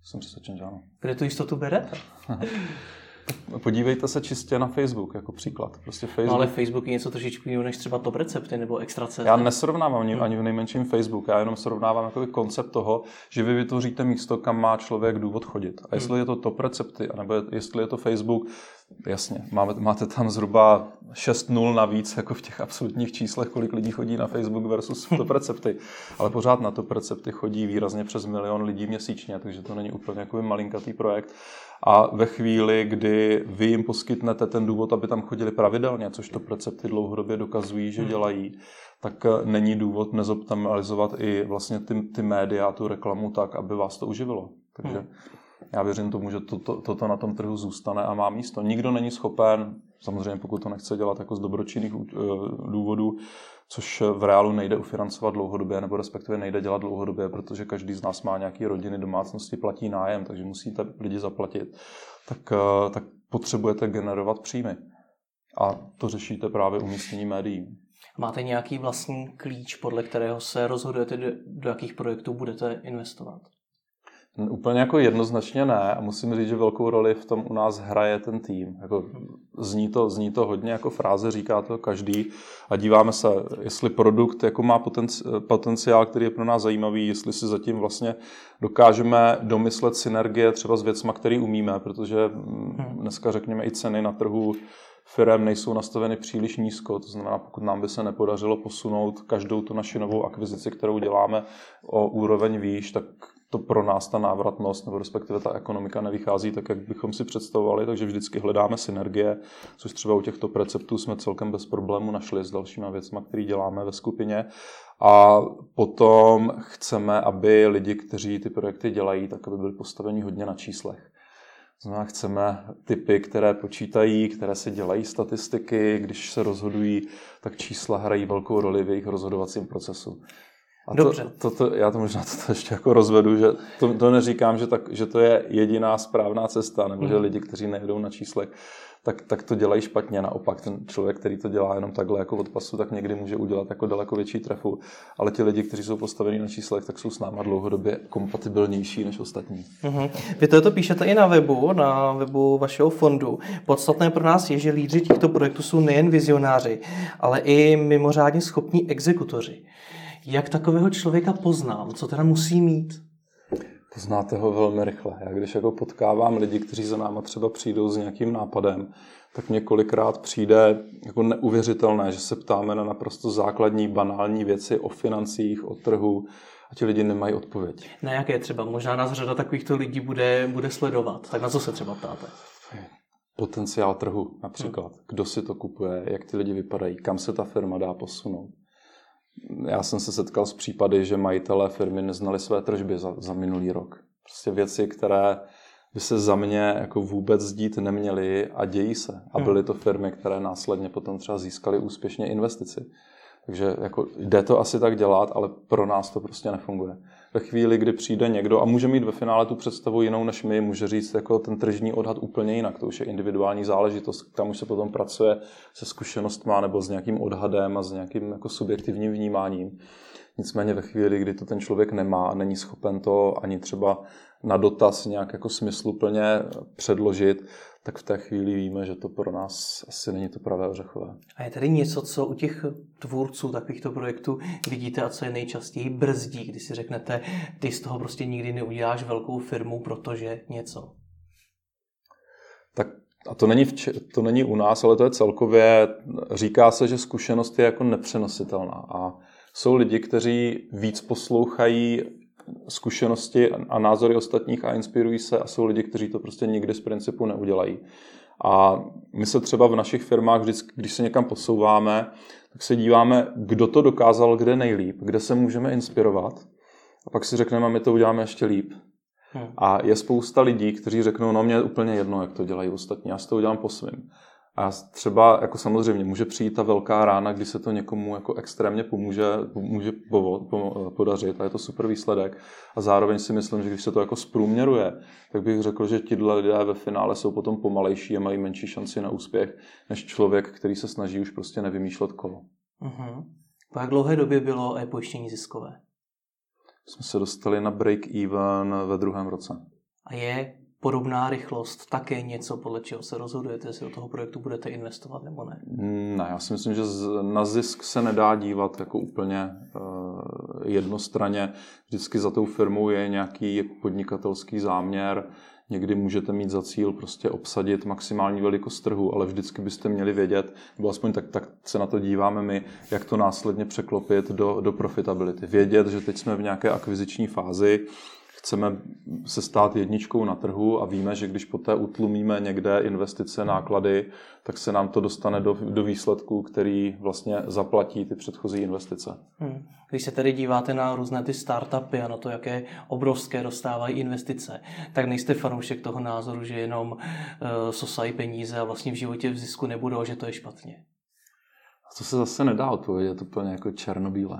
Kde tu jistotu berete? Podívejte se čistě na Facebook jako příklad. Prostě Facebook. No ale Facebook je něco trošičku jiného než třeba Top recepty nebo Extra.cz. Já nesrovnávám ani v nejmenším Facebook, já jenom srovnávám jako koncept toho, že vy vytvoříte místo, kam má člověk důvod chodit. A jestli je to Top recepty, nebo jestli je to Facebook, jasně, máte tam zhruba 6-0 navíc, jako v těch absolutních číslech, kolik lidí chodí na Facebook versus Top recepty. Ale pořád na Top recepty chodí výrazně přes 1 milion lidí měsíčně, takže to není úplně jako malinkatý projekt. A ve chvíli, kdy vy jim poskytnete ten důvod, aby tam chodili pravidelně, což Top recepty dlouhodobě dokazují, že dělají, tak není důvod nezoptimalizovat i vlastně ty média, tu reklamu tak, aby vás to uživilo. Takže já věřím tomu, že toto na tom trhu zůstane a má místo. Nikdo není schopen, samozřejmě pokud to nechce dělat jako z dobročinných důvodů, což v reálu nejde ufinancovat dlouhodobě, nebo respektive nejde dělat dlouhodobě, protože každý z nás má nějaký rodiny, domácnosti, platí nájem, takže musíte lidi zaplatit, tak potřebujete generovat příjmy. A to řešíte právě umístění médií. Máte nějaký vlastní klíč, podle kterého se rozhodujete, do jakých projektů budete investovat? Úplně jako jednoznačně ne a musím říct, že velkou roli v tom u nás hraje ten tým. Jako zní to hodně jako fráze, říká to každý a díváme se, jestli produkt jako má potenciál, který je pro nás zajímavý, jestli si zatím vlastně dokážeme domyslet synergie třeba s věcma, který umíme, protože dneska řekněme i ceny na trhu firem nejsou nastaveny příliš nízko, to znamená, pokud nám by se nepodařilo posunout každou tu naši novou akvizici, kterou děláme o úroveň výš, tak to pro nás ta návratnost, nebo respektive ta ekonomika nevychází tak, jak bychom si představovali, takže vždycky hledáme synergie, což třeba u těchto receptů jsme celkem bez problému našli s dalšíma věcmi, které děláme ve skupině. A potom chceme, aby lidi, kteří ty projekty dělají, tak aby byli postaveni hodně na číslech. Znamená, chceme typy, které počítají, které si dělají statistiky, když se rozhodují, tak čísla hrají velkou roli v jejich rozhodovacím procesu. A dobře. Já to možná ještě jako rozvedu, že to neříkám, že to je jediná správná cesta, nebo že lidi, kteří nejedou na číslech, tak to dělají špatně. Naopak ten člověk, který to dělá jenom takhle jako od pasu, tak někdy může udělat jako daleko větší trefu. Ale ti lidi, kteří jsou postavení na číslech, tak jsou s náma dlouhodobě kompatibilnější než ostatní. Vy to píšete i na webu vašeho fondu. Podstatné pro nás je, že lídři těchto projektů jsou nejen vizionáři, ale i mimořádně schopní exekutoři. Jak takového člověka poznám? Co teda musí mít? Poznáte ho velmi rychle. Já když jako potkávám lidi, kteří za náma třeba přijdou s nějakým nápadem, tak mě kolikrát přijde jako neuvěřitelné, že se ptáme na naprosto základní, banální věci o financích, o trhu a ti lidi nemají odpověď. Na jaké třeba? Možná nás řada takovýchto lidí bude sledovat. Tak na co se třeba ptáte? Potenciál trhu například. Kdo si to kupuje, jak ty lidi vypadají, kam se ta firma dá posunout. Já jsem se setkal s případy, že majitelé firmy neznali své tržby za minulý rok. Prostě věci, které by se za mě jako vůbec dít neměly a dějí se. A byly to firmy, které následně potom třeba získaly úspěšně investici. Takže jako jde to asi tak dělat, ale pro nás to prostě nefunguje. Ve chvíli, kdy přijde někdo a může mít ve finále tu představu jinou než my, může říct jako ten tržní odhad úplně jinak. To už je individuální záležitost, tam už se potom pracuje se zkušenostma nebo s nějakým odhadem a s nějakým jako subjektivním vnímáním. Nicméně ve chvíli, kdy to ten člověk nemá a není schopen to ani třeba na dotaz nějak jako smysluplně předložit, tak v té chvíli víme, že to pro nás asi není to pravé ořechové. A je tady něco, co u těch tvůrců takovýchto projektů vidíte a co je nejčastěji brzdí, když si řeknete, ty z toho prostě nikdy neuděláš velkou firmu, protože něco? Tak a to není u nás, ale to je celkově, říká se, že zkušenost je jako nepřenositelná a jsou lidi, kteří víc poslouchají zkušenosti a názory ostatních a inspirují se a jsou lidi, kteří to prostě nikdy z principu neudělají. A my se třeba v našich firmách vždycky, když se někam posouváme, tak se díváme, kdo to dokázal kde nejlíp, kde se můžeme inspirovat a pak si řekneme, my to uděláme ještě líp. A je spousta lidí, kteří řeknou, no mě je úplně jedno, jak to dělají ostatní, já si to udělám po svým. A třeba jako samozřejmě může přijít ta velká rána, kdy se to někomu jako extrémně může podařit a je to super výsledek. A zároveň si myslím, že když se to jako zprůměruje, tak bych řekl, že tihle lidé ve finále jsou potom pomalejší a mají menší šanci na úspěch, než člověk, který se snaží už prostě nevymýšlet kolo. Uh-huh. Po jak dlouhé době bylo e-pojištění ziskové? Jsme se dostali na break-even ve 2. roce. A je podobná rychlost také něco, podle čeho se rozhodujete, jestli do toho projektu budete investovat nebo ne? Ne, já si myslím, že na zisk se nedá dívat jako úplně jednostranně. Vždycky za tou firmou je nějaký podnikatelský záměr. Někdy můžete mít za cíl prostě obsadit maximální velikost trhu, ale vždycky byste měli vědět, nebo aspoň tak se na to díváme my, jak to následně překlopit do profitability. Vědět, že teď jsme v nějaké akviziční fázi, chceme se stát jedničkou na trhu a víme, že když poté utlumíme někde investice, náklady, tak se nám to dostane do výsledku, který vlastně zaplatí ty předchozí investice. Když se tedy díváte na různé ty startupy a na to, jaké obrovské dostávají investice, tak nejste fanoušek toho názoru, že jenom sosají peníze a vlastně v životě v zisku nebudou a že to je špatně. A to se zase nedá odpovědět úplně jako černobíle.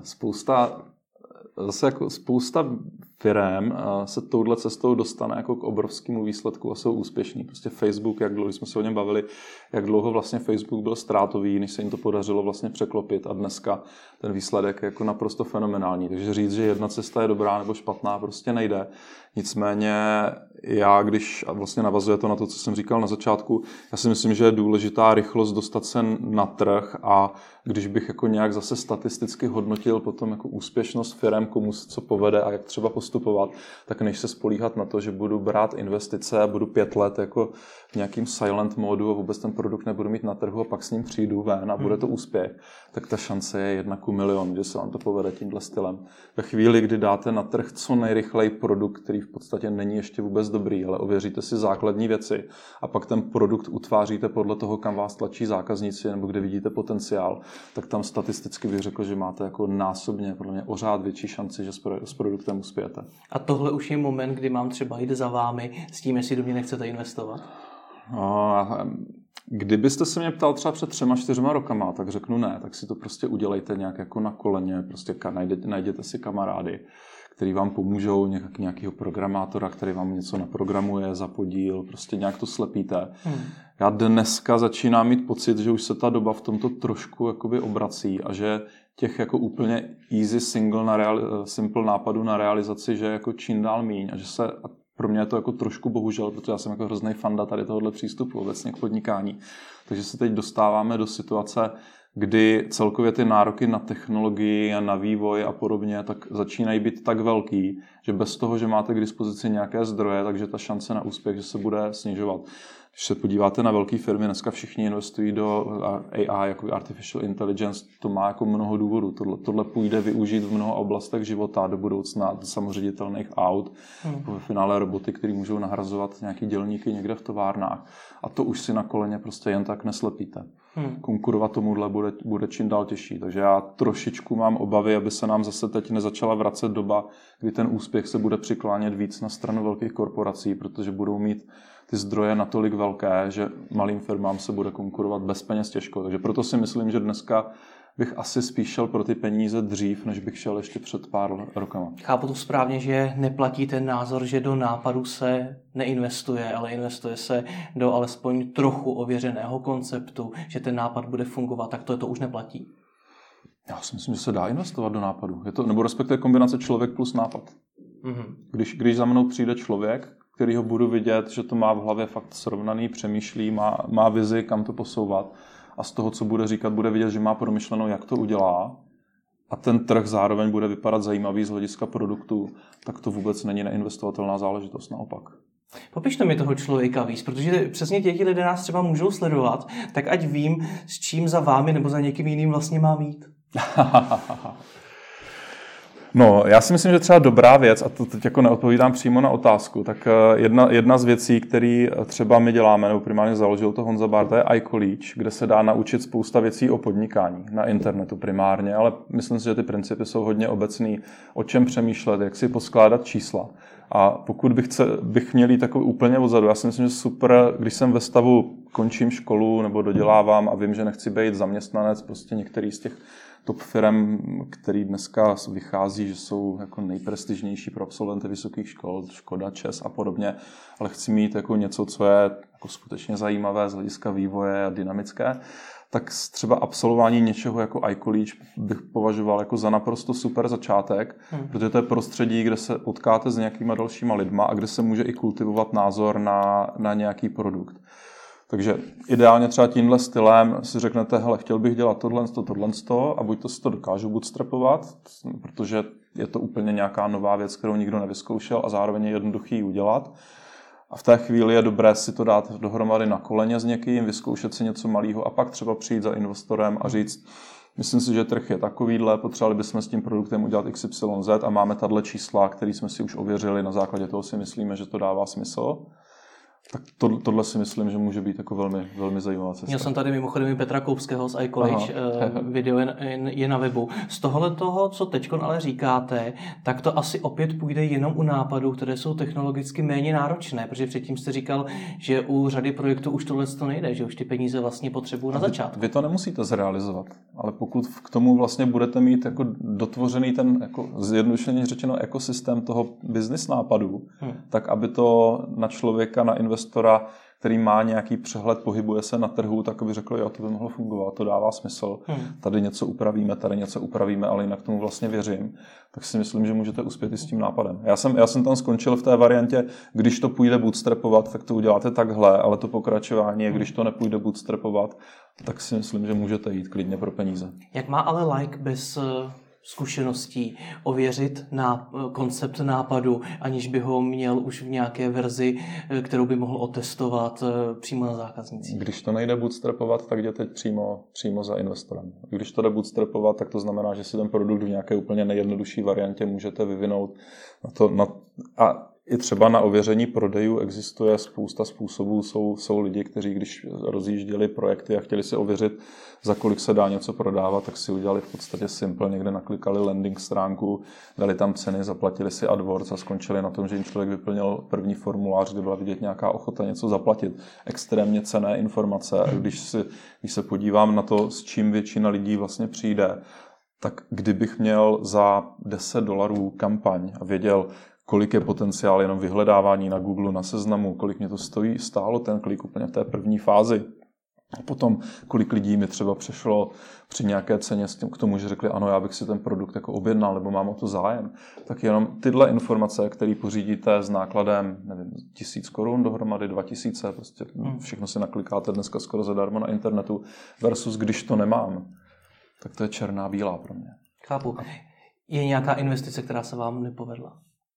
Spousta firem se touhle cestou dostane jako k obrovskému výsledku a jsou úspěšní. Prostě Facebook, jak dlouho jsme se o něm bavili, jak dlouho vlastně Facebook byl ztrátový, než se jim to podařilo vlastně překlopit a dneska ten výsledek je jako naprosto fenomenální. Takže říct, že jedna cesta je dobrá nebo špatná, prostě nejde. Nicméně já, když vlastně navazuje to na to, co jsem říkal na začátku, já si myslím, že je důležitá rychlost dostat se na trh a když bych jako nějak zase statisticky hodnotil potom jako úspěšnost firem, komu se co povede a jak třeba postupovat, tak než se spolíhat na to, že budu brát investice a budu 5 let jako v nějakým silent módu a vůbec ten produkt nebudu mít na trhu a pak s ním přijdu ven a bude to úspěch, tak ta šance je 1 ku milionu, že se vám to povede tímhle stylem. Ve chvíli, kdy dáte na trh co nejrychleji produkt, který v podstatě není ještě vůbec dobrý, ale ověříte si základní věci a pak ten produkt utváříte podle toho, kam vás tlačí zákazníci nebo kde vidíte potenciál, tak tam statisticky bych řekl, že máte jako násobně, podle mě, o řád větší šanci, že s produktem uspějete. A tohle už je moment, kdy mám třeba jít za vámi s tím, jestli do mě nechcete investovat? Kdybyste se mě ptal třeba před 3-4 rokama, tak řeknu ne, tak si to prostě udělejte nějak jako na koleně, prostě najděte si kamarády, který vám pomůžou, nějakého programátora, který vám něco naprogramuje za podíl, prostě nějak to slepíte. Já dneska začínám mít pocit, že už se ta doba v tomto trošku jakoby obrací a že těch jako úplně easy simple nápadů na realizaci, že jako čím dál míň a že se, a pro mě je to jako trošku bohužel, protože já jsem jako hrozný fanda tady tohohle přístupu obecně k podnikání, takže se teď dostáváme do situace, kdy celkově ty nároky na technologii a na vývoj a podobně tak začínají být tak velký, že bez toho, že máte k dispozici nějaké zdroje, takže ta šance na úspěch, že se bude snižovat. Když se podíváte na velké firmy, dneska všichni investují do AI, jako Artificial Intelligence, to má jako mnoho důvodů. Tohle půjde využít v mnoha oblastech života do budoucna, do samoředitelných aut, ve finále roboty, které můžou nahrazovat nějaký dělníky někde v továrnách. A to už si na koleně prostě jen tak neslepíte. Konkurovat tomuhle bude čím dál těžší. Takže já trošičku mám obavy, aby se nám zase teď nezačala vracet doba, kdy ten úspěch se bude přiklánět víc na stranu velkých korporací, protože budou mít ty zdroje natolik velké, že malým firmám se bude konkurovat bez peněz těžko. Takže proto si myslím, že dneska bych asi spíš šel pro ty peníze dřív, než bych šel ještě před pár rokama. Chápu to správně, že neplatí ten názor, že do nápadu se neinvestuje, ale investuje se do alespoň trochu ověřeného konceptu, že ten nápad bude fungovat, tak to už neplatí. Já si myslím, že se dá investovat do nápadu. Je to, nebo respektive kombinace člověk plus nápad. Když za mnou přijde člověk, který ho budu vidět, že to má v hlavě fakt srovnaný, přemýšlí, má vizi, kam to posouvat a z toho, co bude říkat, bude vidět, že má promyšleno, jak to udělá a ten trh zároveň bude vypadat zajímavý z hlediska produktu, tak to vůbec není neinvestovatelná záležitost, naopak. Popište mi toho člověka víc, protože přesně ti lidé nás třeba můžou sledovat, tak ať vím, s čím za vámi nebo za někým jiným vlastně mám jít. No, já si myslím, že třeba dobrá věc, a to teď jako neodpovídám přímo na otázku, tak jedna z věcí, které třeba my děláme, nebo primárně založil to Honza Bárta, je iCollege, kde se dá naučit spousta věcí o podnikání na internetu primárně, ale myslím si, že ty principy jsou hodně obecný, o čem přemýšlet, jak si poskládat čísla. A pokud bych měl jít takový úplně odzadu, já si myslím, že super, když jsem ve stavu končím školu nebo dodělávám a vím, že nechci být zaměstnanec prostě některý z těch top firm, který dneska vychází, že jsou jako nejprestižnější pro absolventy vysokých škol, Škoda, ČES a podobně, ale chci mít jako něco, co je jako skutečně zajímavé z hlediska vývoje a dynamické, tak třeba absolvování něčeho jako iCollege bych považoval jako za naprosto super začátek, protože to je prostředí, kde se potkáte s nějakýma dalšíma lidma a kde se může i kultivovat názor na nějaký produkt. Takže ideálně třeba tímhle stylem si řeknete, hele, chtěl bych dělat tohle a buď to si to dokážu bootstrapovat, protože je to úplně nějaká nová věc, kterou nikdo nevyzkoušel a zároveň je jednoduchý ji udělat. A v té chvíli je dobré si to dát dohromady na koleně s někým, vyzkoušet si něco malého a pak třeba přijít za investorem a říct, myslím si, že trh je takovýhle, potřebovali bychom s tím produktem udělat XYZ a máme tato čísla, které jsme si už ověřili, na základě toho si myslíme, že to dává smysl. Tak tohle si myslím, že může být jako velmi, velmi zajímavá cesta. Měl jsem tady mimochodem i Petra Koupského z iCollege, video je na webu. Z tohohle toho, co teďkon ale říkáte, tak to asi opět půjde jenom u nápadů, které jsou technologicky méně náročné, protože předtím jste říkal, že u řady projektů už tohle to nejde, že už ty peníze vlastně potřebují na začátku. Vy to nemusíte zrealizovat, ale pokud k tomu vlastně budete mít jako dotvořený ten, jako zjednodušeně řečeno, ekosystém toho business nápadu, tak aby to na člověka, na investora, který má nějaký přehled, pohybuje se na trhu, tak aby řekl, jo, to by mohlo fungovat, to dává smysl. Tady něco upravíme, ale jinak tomu vlastně věřím. Tak si myslím, že můžete uspět i s tím nápadem. Já jsem tam skončil v té variantě, když to půjde bootstrapovat, tak to uděláte takhle, ale to pokračování je, když to nepůjde bootstrapovat, tak si myslím, že můžete jít klidně pro peníze. Jak má ale like bez zkušeností ověřit na koncept nápadu, aniž by ho měl už v nějaké verzi, kterou by mohl otestovat přímo na zákaznících? Když to nejde bootstrapovat, tak jděte přímo za investorem. Když to jde bootstrapovat, tak to znamená, že si ten produkt v nějaké úplně nejjednodušší variantě můžete vyvinout. A i třeba na ověření prodejů existuje spousta způsobů. Jsou lidi, kteří když rozjížděli projekty a chtěli si ověřit, za kolik se dá něco prodávat, tak si udělali v podstatě simple, někde naklikali landing stránku, dali tam ceny, zaplatili si AdWords a skončili na tom, že jim člověk vyplnil první formulář, kde byla vidět nějaká ochota něco zaplatit. Extrémně cenné informace. A když se podívám na to, s čím většina lidí vlastně přijde, tak kdybych měl za $10 kampaň a věděl, kolik je potenciál jenom vyhledávání na Google, na Seznamu, kolik mě to stálo ten klik úplně v té první fázi. A potom, kolik lidí mi třeba přešlo při nějaké ceně k tomu, že řekli, ano, já bych si ten produkt jako objednal, nebo mám o to zájem. Tak jenom tyhle informace, které pořídíte s nákladem, nevím, 1000 korun dohromady, 2000, prostě všechno si naklikáte dneska skoro zadarmo na internetu, versus když to nemám, tak to je černá bílá pro mě. Chápu. Je nějaká investice, která se vám nepovedla?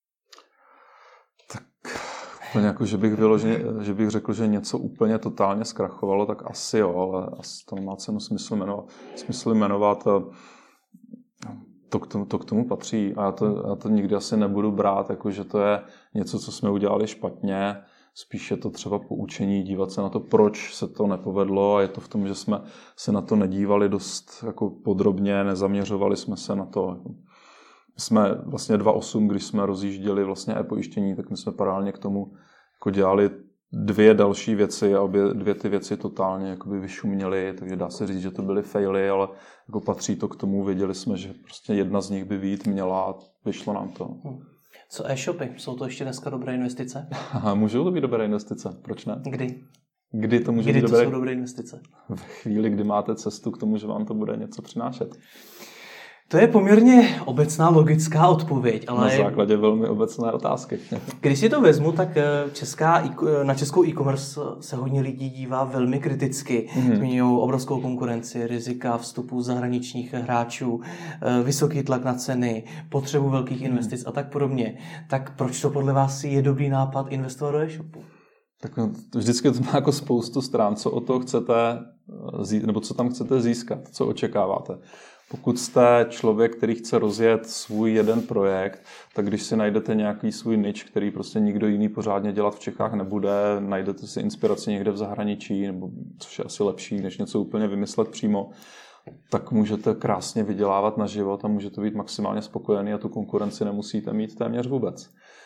Úplně jako, že bych řekl, že něco úplně totálně zkrachovalo, tak asi jo, ale asi to nemá cenu smysl jmenovat. To k tomu patří a já to nikdy asi nebudu brát, jako že to je něco, co jsme udělali špatně. Spíš je to třeba poučení, dívat se na to, proč se to nepovedlo a je to v tom, že jsme se na to nedívali dost jako podrobně, nezaměřovali jsme se na to. My jsme vlastně 2008, když jsme rozjížděli vlastně e-pojištění, tak my jsme paralelně k tomu jako dělali 2 další věci a dvě ty věci totálně jakoby vyšuměly, takže dá se říct, že to byly faily, ale jako patří to k tomu, věděli jsme, že prostě jedna z nich by vyjít měla a vyšlo nám to. Co e-shopy? Jsou to ještě dneska dobré investice? Můžou to být dobré investice, proč ne? Kdy to může být dobré? Jsou dobré investice? V chvíli, kdy máte cestu k tomu, že vám to bude něco přinášet. To je poměrně obecná logická odpověď, ale... Na základě velmi obecné otázky. Když si to vezmu, tak na českou e-commerce se hodně lidí dívá velmi kriticky. Zmiňují obrovskou konkurenci, rizika vstupu zahraničních hráčů, vysoký tlak na ceny, potřebu velkých investic a tak podobně. Tak proč to podle vás je dobrý nápad investovat do e-shopu? Tak vždycky to má jako spoustu strán, co o to chcete, nebo co tam chcete získat, co očekáváte. Pokud jste člověk, který chce rozjet svůj jeden projekt, tak když si najdete nějaký svůj nič, který prostě nikdo jiný pořádně dělat v Čechách nebude, najdete si inspiraci někde v zahraničí, nebo což je asi lepší, než něco úplně vymyslet přímo, tak můžete krásně vydělávat na život a můžete být maximálně spokojený a tu konkurenci nemusíte mít téměř vůbec.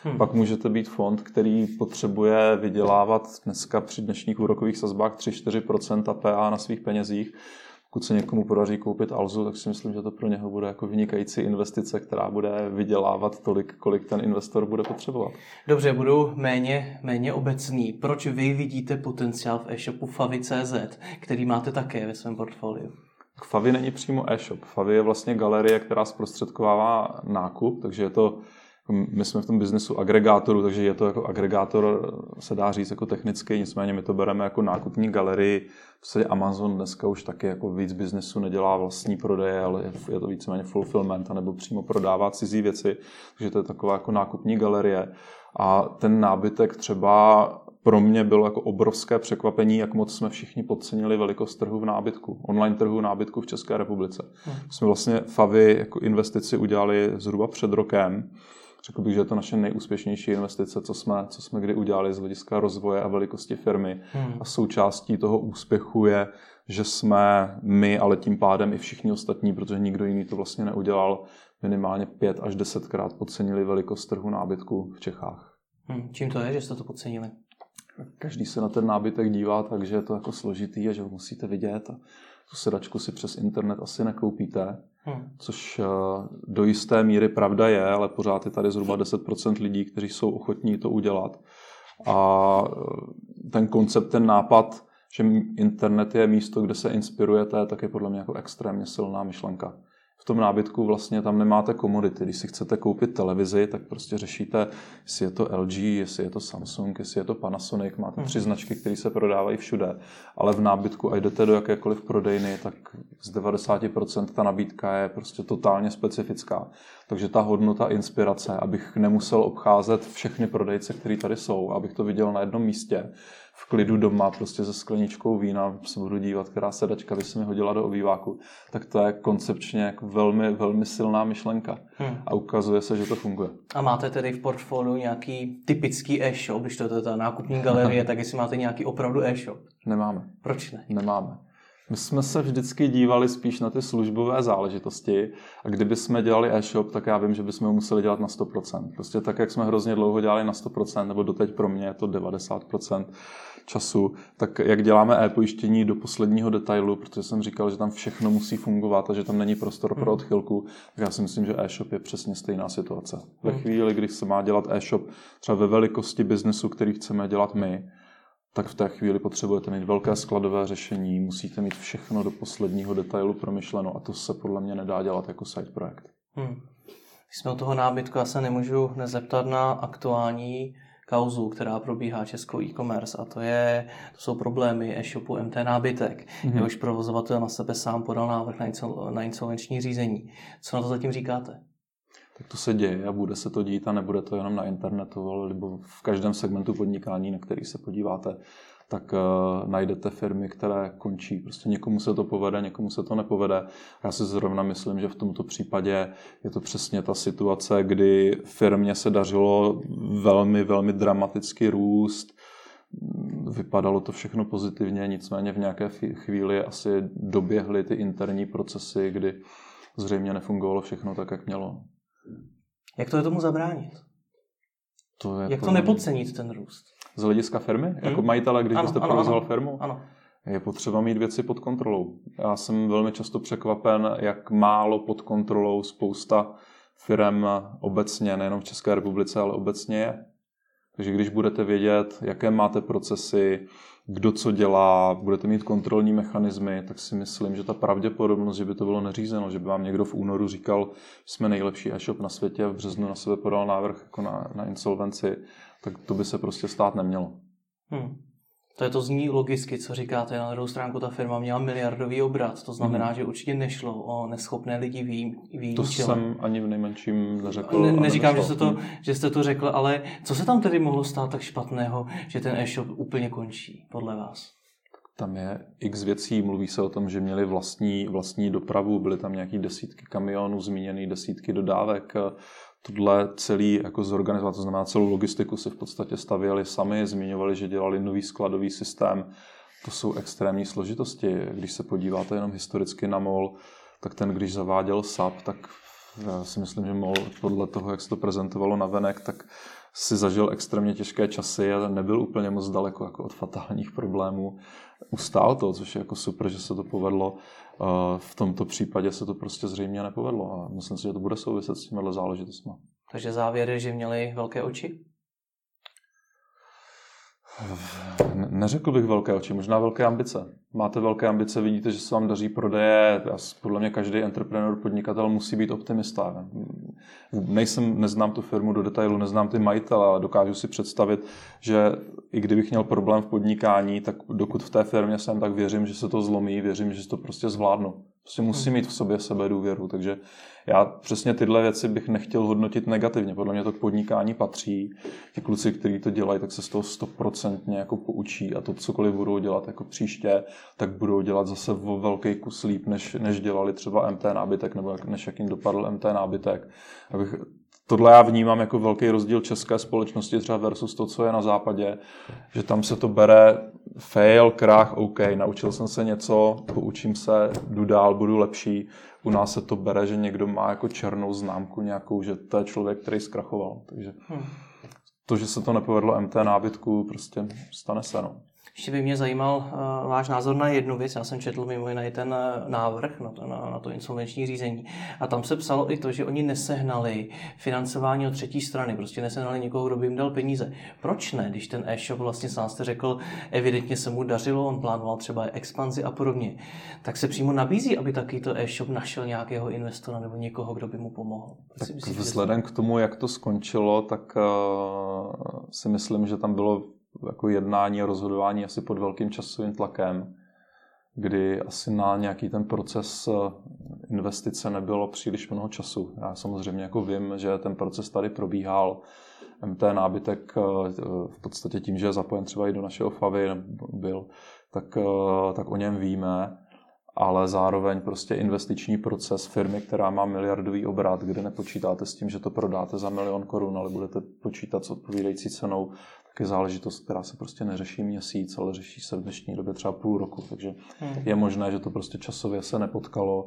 Pak můžete být fond, který potřebuje vydělávat dneska při dnešních úrokových sazbách 3-4% PA na svých penězích. Pokud se někomu podaří koupit Alzu, tak si myslím, že to pro něho bude jako vynikající investice, která bude vydělávat tolik, kolik ten investor bude potřebovat. Dobře, budu méně obecný. Proč vy vidíte potenciál v e-shopu Favy.cz, který máte také ve svém portfoliu? Favy není přímo e-shop. Favy je vlastně galerie, která zprostředkovává nákup, takže je to, my jsme v tom biznesu agregátoru, takže je to jako agregátor, se dá říct jako technický, nicméně my to bereme jako nákupní galerii. V podstatě Amazon dneska už taky jako víc biznesu nedělá vlastní prodeje, ale je to víceméně fulfillment, anebo přímo prodává cizí věci, takže to je taková jako nákupní galerie. A ten nábytek třeba pro mě bylo jako obrovské překvapení, jak moc jsme všichni podcenili velikost trhu v nábytku, online trhu v nábytku v České republice. Jsme vlastně Favy jako investici udělali zhruba před rokem. Řekl bych, že je to naše nejúspěšnější investice, co jsme kdy udělali z hlediska rozvoje a velikosti firmy. A součástí toho úspěchu je, že jsme my, ale tím pádem i všichni ostatní, protože nikdo jiný to vlastně neudělal, minimálně 5 až 10krát podcenili velikost trhu nábytku v Čechách. Čím to je, že jste to podcenili? Každý se na ten nábytek dívá, takže je to jako složitý a že ho musíte vidět a tu sedačku si přes internet asi nekoupíte, což do jisté míry pravda je, ale pořád je tady zhruba 10% lidí, kteří jsou ochotní to udělat. A ten koncept, ten nápad, že internet je místo, kde se inspirujete, tak je podle mě jako extrémně silná myšlenka. V tom nábytku vlastně tam nemáte komodity. Když si chcete koupit televizi, tak prostě řešíte, jestli je to LG, jestli je to Samsung, jestli je to Panasonic. Máte 3 značky, které se prodávají všude. Ale v nábytku, a jdete do jakékoliv prodejny, tak z 90% ta nabídka je prostě totálně specifická. Takže ta hodnota inspirace, abych nemusel obcházet všechny prodejce, které tady jsou, abych to viděl na jednom místě, v klidu doma, prostě se skleničkou vína, se budu dívat, která sedačka by se mi hodila do obýváku, tak to je koncepčně jako velmi, velmi silná myšlenka. A ukazuje se, že to funguje. A máte tedy v portfoliu nějaký typický e-shop, když to je ta nákupní galerie, tak jestli máte nějaký opravdu e-shop? Nemáme. Proč ne? Nemáme. My jsme se vždycky dívali spíš na ty službové záležitosti a kdyby jsme dělali e-shop, tak já vím, že bychom ho museli dělat na 100%. Prostě tak, jak jsme hrozně dlouho dělali na 100%, nebo doteď pro mě je to 90% času, tak jak děláme e-pojištění do posledního detailu, protože jsem říkal, že tam všechno musí fungovat a že tam není prostor pro odchylku, tak já si myslím, že e-shop je přesně stejná situace. Ve chvíli, kdy se má dělat e-shop třeba ve velikosti biznesu, který chceme dělat my, tak v té chvíli potřebujete mít velké skladové řešení, musíte mít všechno do posledního detailu promyšleno a to se podle mě nedá dělat jako side projekt. Když jsme u toho nábytku, já se nemůžu nezeptat na aktuální kauzu, která probíhá českou e-commerce a to jsou problémy e-shopu MT Nábytek. Jehož provozovatel na sebe sám podal návrh na insolvenční řízení. Co na to zatím říkáte? Tak to se děje a bude se to dít a nebude to jenom na internetu, ale v každém segmentu podnikání, na který se podíváte, tak najdete firmy, které končí. Prostě někomu se to povede, někomu se to nepovede. Já si zrovna myslím, že v tomto případě je to přesně ta situace, kdy firmě se dařilo velmi, velmi dramaticky růst. Vypadalo to všechno pozitivně, nicméně v nějaké chvíli asi doběhly ty interní procesy, kdy zřejmě nefungovalo všechno tak, jak mělo. Jak to je tomu zabránit? Jak to nepodcenit, ten růst? Z hlediska firmy? Jako majitele, když byste provozoval firmu? Ano. Je potřeba mít věci pod kontrolou. Já jsem velmi často překvapen, jak málo pod kontrolou spousta firem obecně, nejenom v České republice, ale obecně je. Takže když budete vědět, jaké máte procesy, kdo co dělá, budete mít kontrolní mechanismy, tak si myslím, že ta pravděpodobnost, že by to bylo neřízeno, že by vám někdo v únoru říkal, že jsme nejlepší e-shop na světě a v březnu na sebe podal návrh jako na insolvenci, tak to by se prostě stát nemělo. To zní logicky, co říkáte. Na druhou stránku ta firma měla miliardový obrat. To znamená, že určitě nešlo o neschopné lidi v To jsem ani v nejmenším neřekl. Neříkám, že jste to řekl, ale co se tam tedy mohlo stát tak špatného, že ten e-shop úplně končí, podle vás? Tam je x věcí. Mluví se o tom, že měli vlastní dopravu, byly tam nějaký desítky kamionů, zmíněný desítky dodávek. Tohle celý jako zorganizovat, to znamená celou logistiku si v podstatě stavěli sami, zmiňovali, že dělali nový skladový systém. To jsou extrémní složitosti. Když se podíváte jenom historicky na MOL, tak ten, když zaváděl SAP, tak Já si myslím, že MOL podle toho, jak se to prezentovalo navenek, tak si zažil extrémně těžké časy a nebyl úplně moc daleko jako od fatálních problémů. Ustál to, což je jako super, že se to povedlo. V tomto případě se to prostě zřejmě nepovedlo a myslím si, že to bude souviset s těmihle záležitostmi. Takže závěr je, že měli velké oči? Neřekl bych velké oči, možná velké ambice. Máte velké ambice, vidíte, že se vám daří prodeje. Podle mě každý entrepreneur, podnikatel musí být optimista. Neznám tu firmu do detailu, neznám ty majitele, ale dokážu si představit, že i kdybych měl problém v podnikání, tak dokud v té firmě jsem, tak věřím, že se to zlomí, věřím, že to prostě zvládnu. Prostě musím mít v sobě sebedůvěru, takže já přesně tyhle věci bych nechtěl hodnotit negativně. Podle mě to k podnikání patří. Ti kluci, kteří to dělají, tak se z toho 100% jako poučí a to cokoliv budou dělat jako příště, tak budou dělat zase o velký kus líp, než dělali třeba MT nábytek, nebo než jak jim dopadl MT nábytek. Tohle já vnímám jako velký rozdíl české společnosti třeba versus to, co je na západě, že tam se to bere fail, krach, OK, naučil jsem se něco, poučím se, jdu dál, budu lepší. U nás se to bere, že někdo má jako černou známku nějakou, že to je člověk, který zkrachoval. Takže to, že se to nepovedlo MT nábytku, prostě stane se. No. Ještě by mě zajímal váš názor na jednu věc. Já jsem četl mimo jiné i ten návrh na to insolvenční řízení. A tam se psalo i to, že oni nesehnali financování od třetí strany. Prostě nesehnali někoho, kdo by jim dal peníze. Proč ne? Když ten e-shop vlastně sám jste řekl, evidentně se mu dařilo, on plánoval třeba expanzi a podobně. Tak se přímo nabízí, aby takovýto e-shop našel nějakého investora nebo někoho, kdo by mu pomohl. Tak vzhledem k tomu, jak to skončilo, tak si myslím, že tam bylo jako jednání a rozhodování asi pod velkým časovým tlakem, kdy asi na nějaký ten proces investice nebylo příliš mnoho času. Já samozřejmě jako vím, že ten proces tady probíhal. MT nábytek v podstatě tím, že je zapojen třeba i do našeho FAVy byl, tak o něm víme, ale zároveň prostě investiční proces firmy, která má miliardový obrat, kde nepočítáte s tím, že to prodáte za 1 000 000 korun, ale budete počítat s odpovídající cenou, tak je záležitost, která se prostě neřeší měsíc, ale řeší se v dnešní době třeba půl roku. Takže je možné, že to prostě časově se nepotkalo.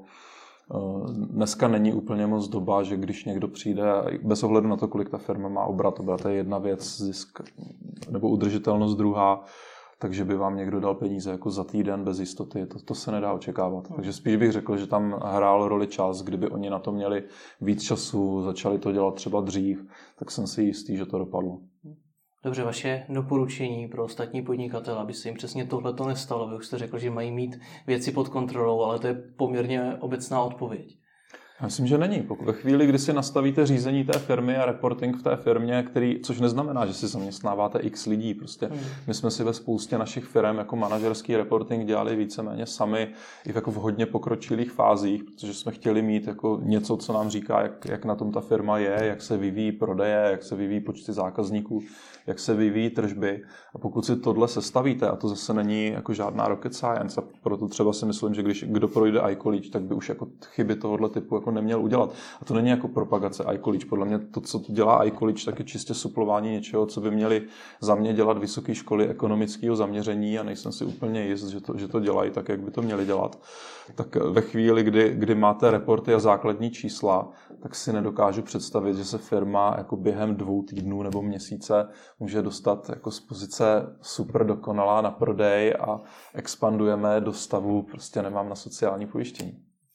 Dneska není úplně moc doba, že když někdo přijde, bez ohledu na to, kolik ta firma má obrat je jedna věc, zisk nebo udržitelnost druhá, takže by vám někdo dal peníze jako za týden bez jistoty. To se nedá očekávat. Takže spíš bych řekl, že tam hrál roli čas, kdyby oni na to měli víc času, začali to dělat třeba dřív, tak jsem si jistý, že to dopadlo. Dobře, vaše doporučení pro ostatní podnikatele, aby se jim přesně tohleto nestalo. Vy už jste řekl, že mají mít věci pod kontrolou, ale to je poměrně obecná odpověď. Já myslím, že není. Ve chvíli, kdy si nastavíte řízení té firmy a reporting v té firmě, což neznamená, že si zaměstnáváte x lidí. Prostě my jsme si ve spoustě našich firm jako manažerský reporting dělali víceméně sami i jako v hodně pokročilých fázích, protože jsme chtěli mít jako něco, co nám říká, jak na tom ta firma je, jak se vyvíjí prodeje, jak se vyvíjí počty zákazníků, jak se vyvíjí tržby. A pokud si tohle sestavíte, a to zase není jako žádná rocket science, a proto třeba si myslím, že když kdo projde iCollege, tak by už jako chyby tohohle typu jako neměl udělat. A to není jako propagace iCollege. Podle mě to, co dělá iCollege, tak je čistě suplování něčeho, co by měly za mě dělat vysoké školy ekonomického zaměření a nejsem si úplně jist, že to dělají tak, jak by to měli dělat. Tak ve chvíli, kdy máte reporty a základní čísla, tak si nedokážu představit, že se firma jako během 2 týdnů nebo měsíce může dostat jako z pozice super dokonalá na prodej a expandujeme do stavu, prostě nemám na sociální pojištění.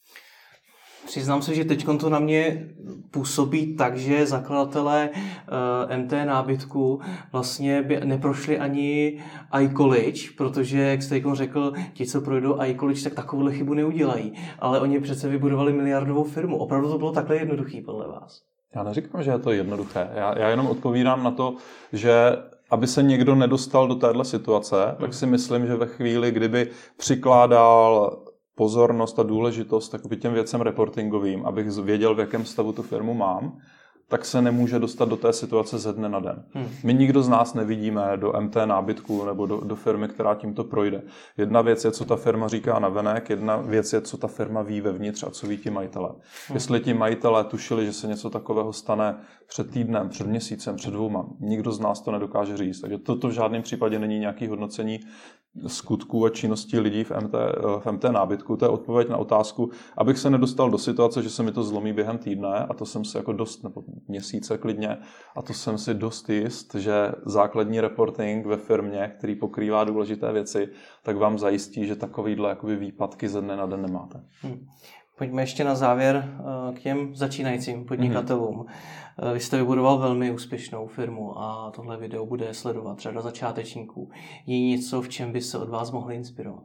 Přiznám se, že teď to na mě působí tak, že zakladatelé MT nábytku vlastně by neprošli ani iCollege, protože, jak jste řekl, ti, co projdou iCollege, tak takovouhle chybu neudělají. Ale oni přece vybudovali miliardovou firmu. Opravdu to bylo takhle jednoduchý podle vás? Já neříkám, že je to jednoduché. Já jenom odpovídám na to, že aby se někdo nedostal do téhle situace, tak si myslím, že ve chvíli, kdyby přikládal pozornost a důležitost takový těm věcem reportingovým, abych věděl, v jakém stavu tu firmu mám, tak se nemůže dostat do té situace ze dne na den. My nikdo z nás nevidíme do MT nábytku nebo do firmy, která tímto projde. Jedna věc je, co ta firma říká navenek, jedna věc je, co ta firma ví vevnitř a co ví ti majitelé. Jestli ti majitelé tušili, že se něco takového stane před týdnem, před měsícem, před 2, nikdo z nás to nedokáže říct. Takže toto v žádném případě není nějaké hodnocení skutků a činností lidí v MT nábytku. To je odpověď na otázku, abych se nedostal do situace, že se mi to zlomí během týdne, a to jsem si jako dost, nebo měsíce klidně, a to jsem si dost jist, že základní reporting ve firmě, který pokrývá důležité věci, tak vám zajistí, že takovýhle jakoby výpadky ze dne na den nemáte. Pojďme ještě na závěr k těm začínajícím podnikatelům. Vy jste vybudoval velmi úspěšnou firmu a tohle video bude sledovat řada začátečníků. Je něco, v čem by se od vás mohli inspirovat?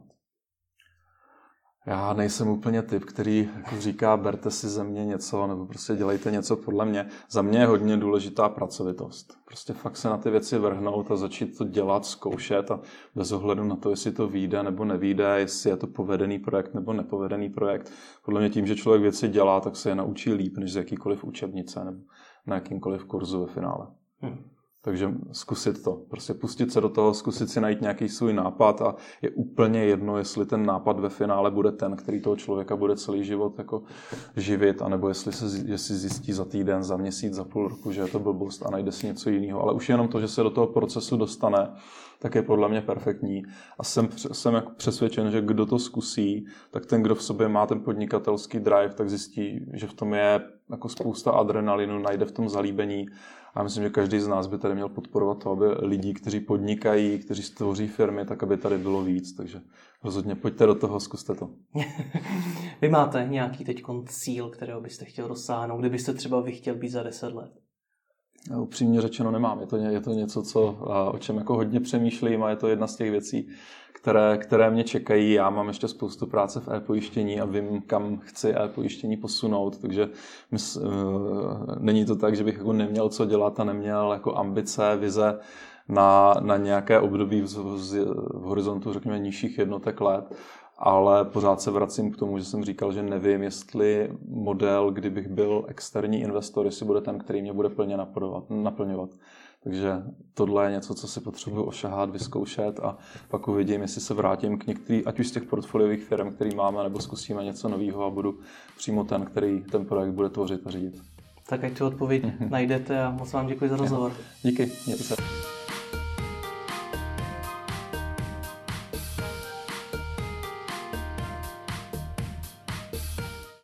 Já nejsem úplně typ, který jako říká, berte si ze mě něco, nebo prostě dělejte něco podle mě. Za mě je hodně důležitá pracovitost. Prostě fakt se na ty věci vrhnout a začít to dělat, zkoušet a bez ohledu na to, jestli to vyjde nebo nevyjde, jestli je to povedený projekt nebo nepovedený projekt. Podle mě tím, že člověk věci dělá, tak se je naučí líp, než z jakýkoliv učebnice nebo na jakýmkoliv kurzu ve finále. Takže zkusit to, prostě pustit se do toho, zkusit si najít nějaký svůj nápad a je úplně jedno, jestli ten nápad ve finále bude ten, který toho člověka bude celý život jako živit, anebo jestli zjistí za týden, za měsíc, za půl roku, že je to blbost a najde si něco jiného. Ale už jenom to, že se do toho procesu dostane, tak je podle mě perfektní. A jsem jako přesvědčen, že kdo to zkusí, tak ten, kdo v sobě má ten podnikatelský drive, tak zjistí, že v tom je jako spousta adrenalinu, najde v tom zalíbení. A myslím, že každý z nás by tady měl podporovat to, aby lidi, kteří podnikají, kteří stvoří firmy, tak aby tady bylo víc. Takže rozhodně pojďte do toho, zkuste to. Vy máte nějaký teď cíl, kterého byste chtěl dosáhnout, kdybyste třeba vy chtěl být za 10 let? Upřímně řečeno nemám. Je to něco, o čem jako hodně přemýšlím a je to jedna z těch věcí, které mě čekají. Já mám ještě spoustu práce v e-pojištění a vím, kam chci e-pojištění posunout, takže není to tak, že bych jako neměl co dělat a neměl jako ambice, vize na nějaké období v horizontu, řekněme, nižších jednotek let. Ale pořád se vracím k tomu, že jsem říkal, že nevím, jestli model, kdybych byl externí investor, jestli bude ten, který mě bude plně naplňovat. Takže tohle je něco, co si potřebuji ošahat, vyzkoušet a pak uvidím, jestli se vrátím k některým, ať už z těch portfoliových firm, který máme, nebo zkusíme něco nového a budu přímo ten, který ten projekt bude tvořit a řídit. Tak ať tu odpověď najdete a moc vám děkuji za rozhovor. Díky, mějte se.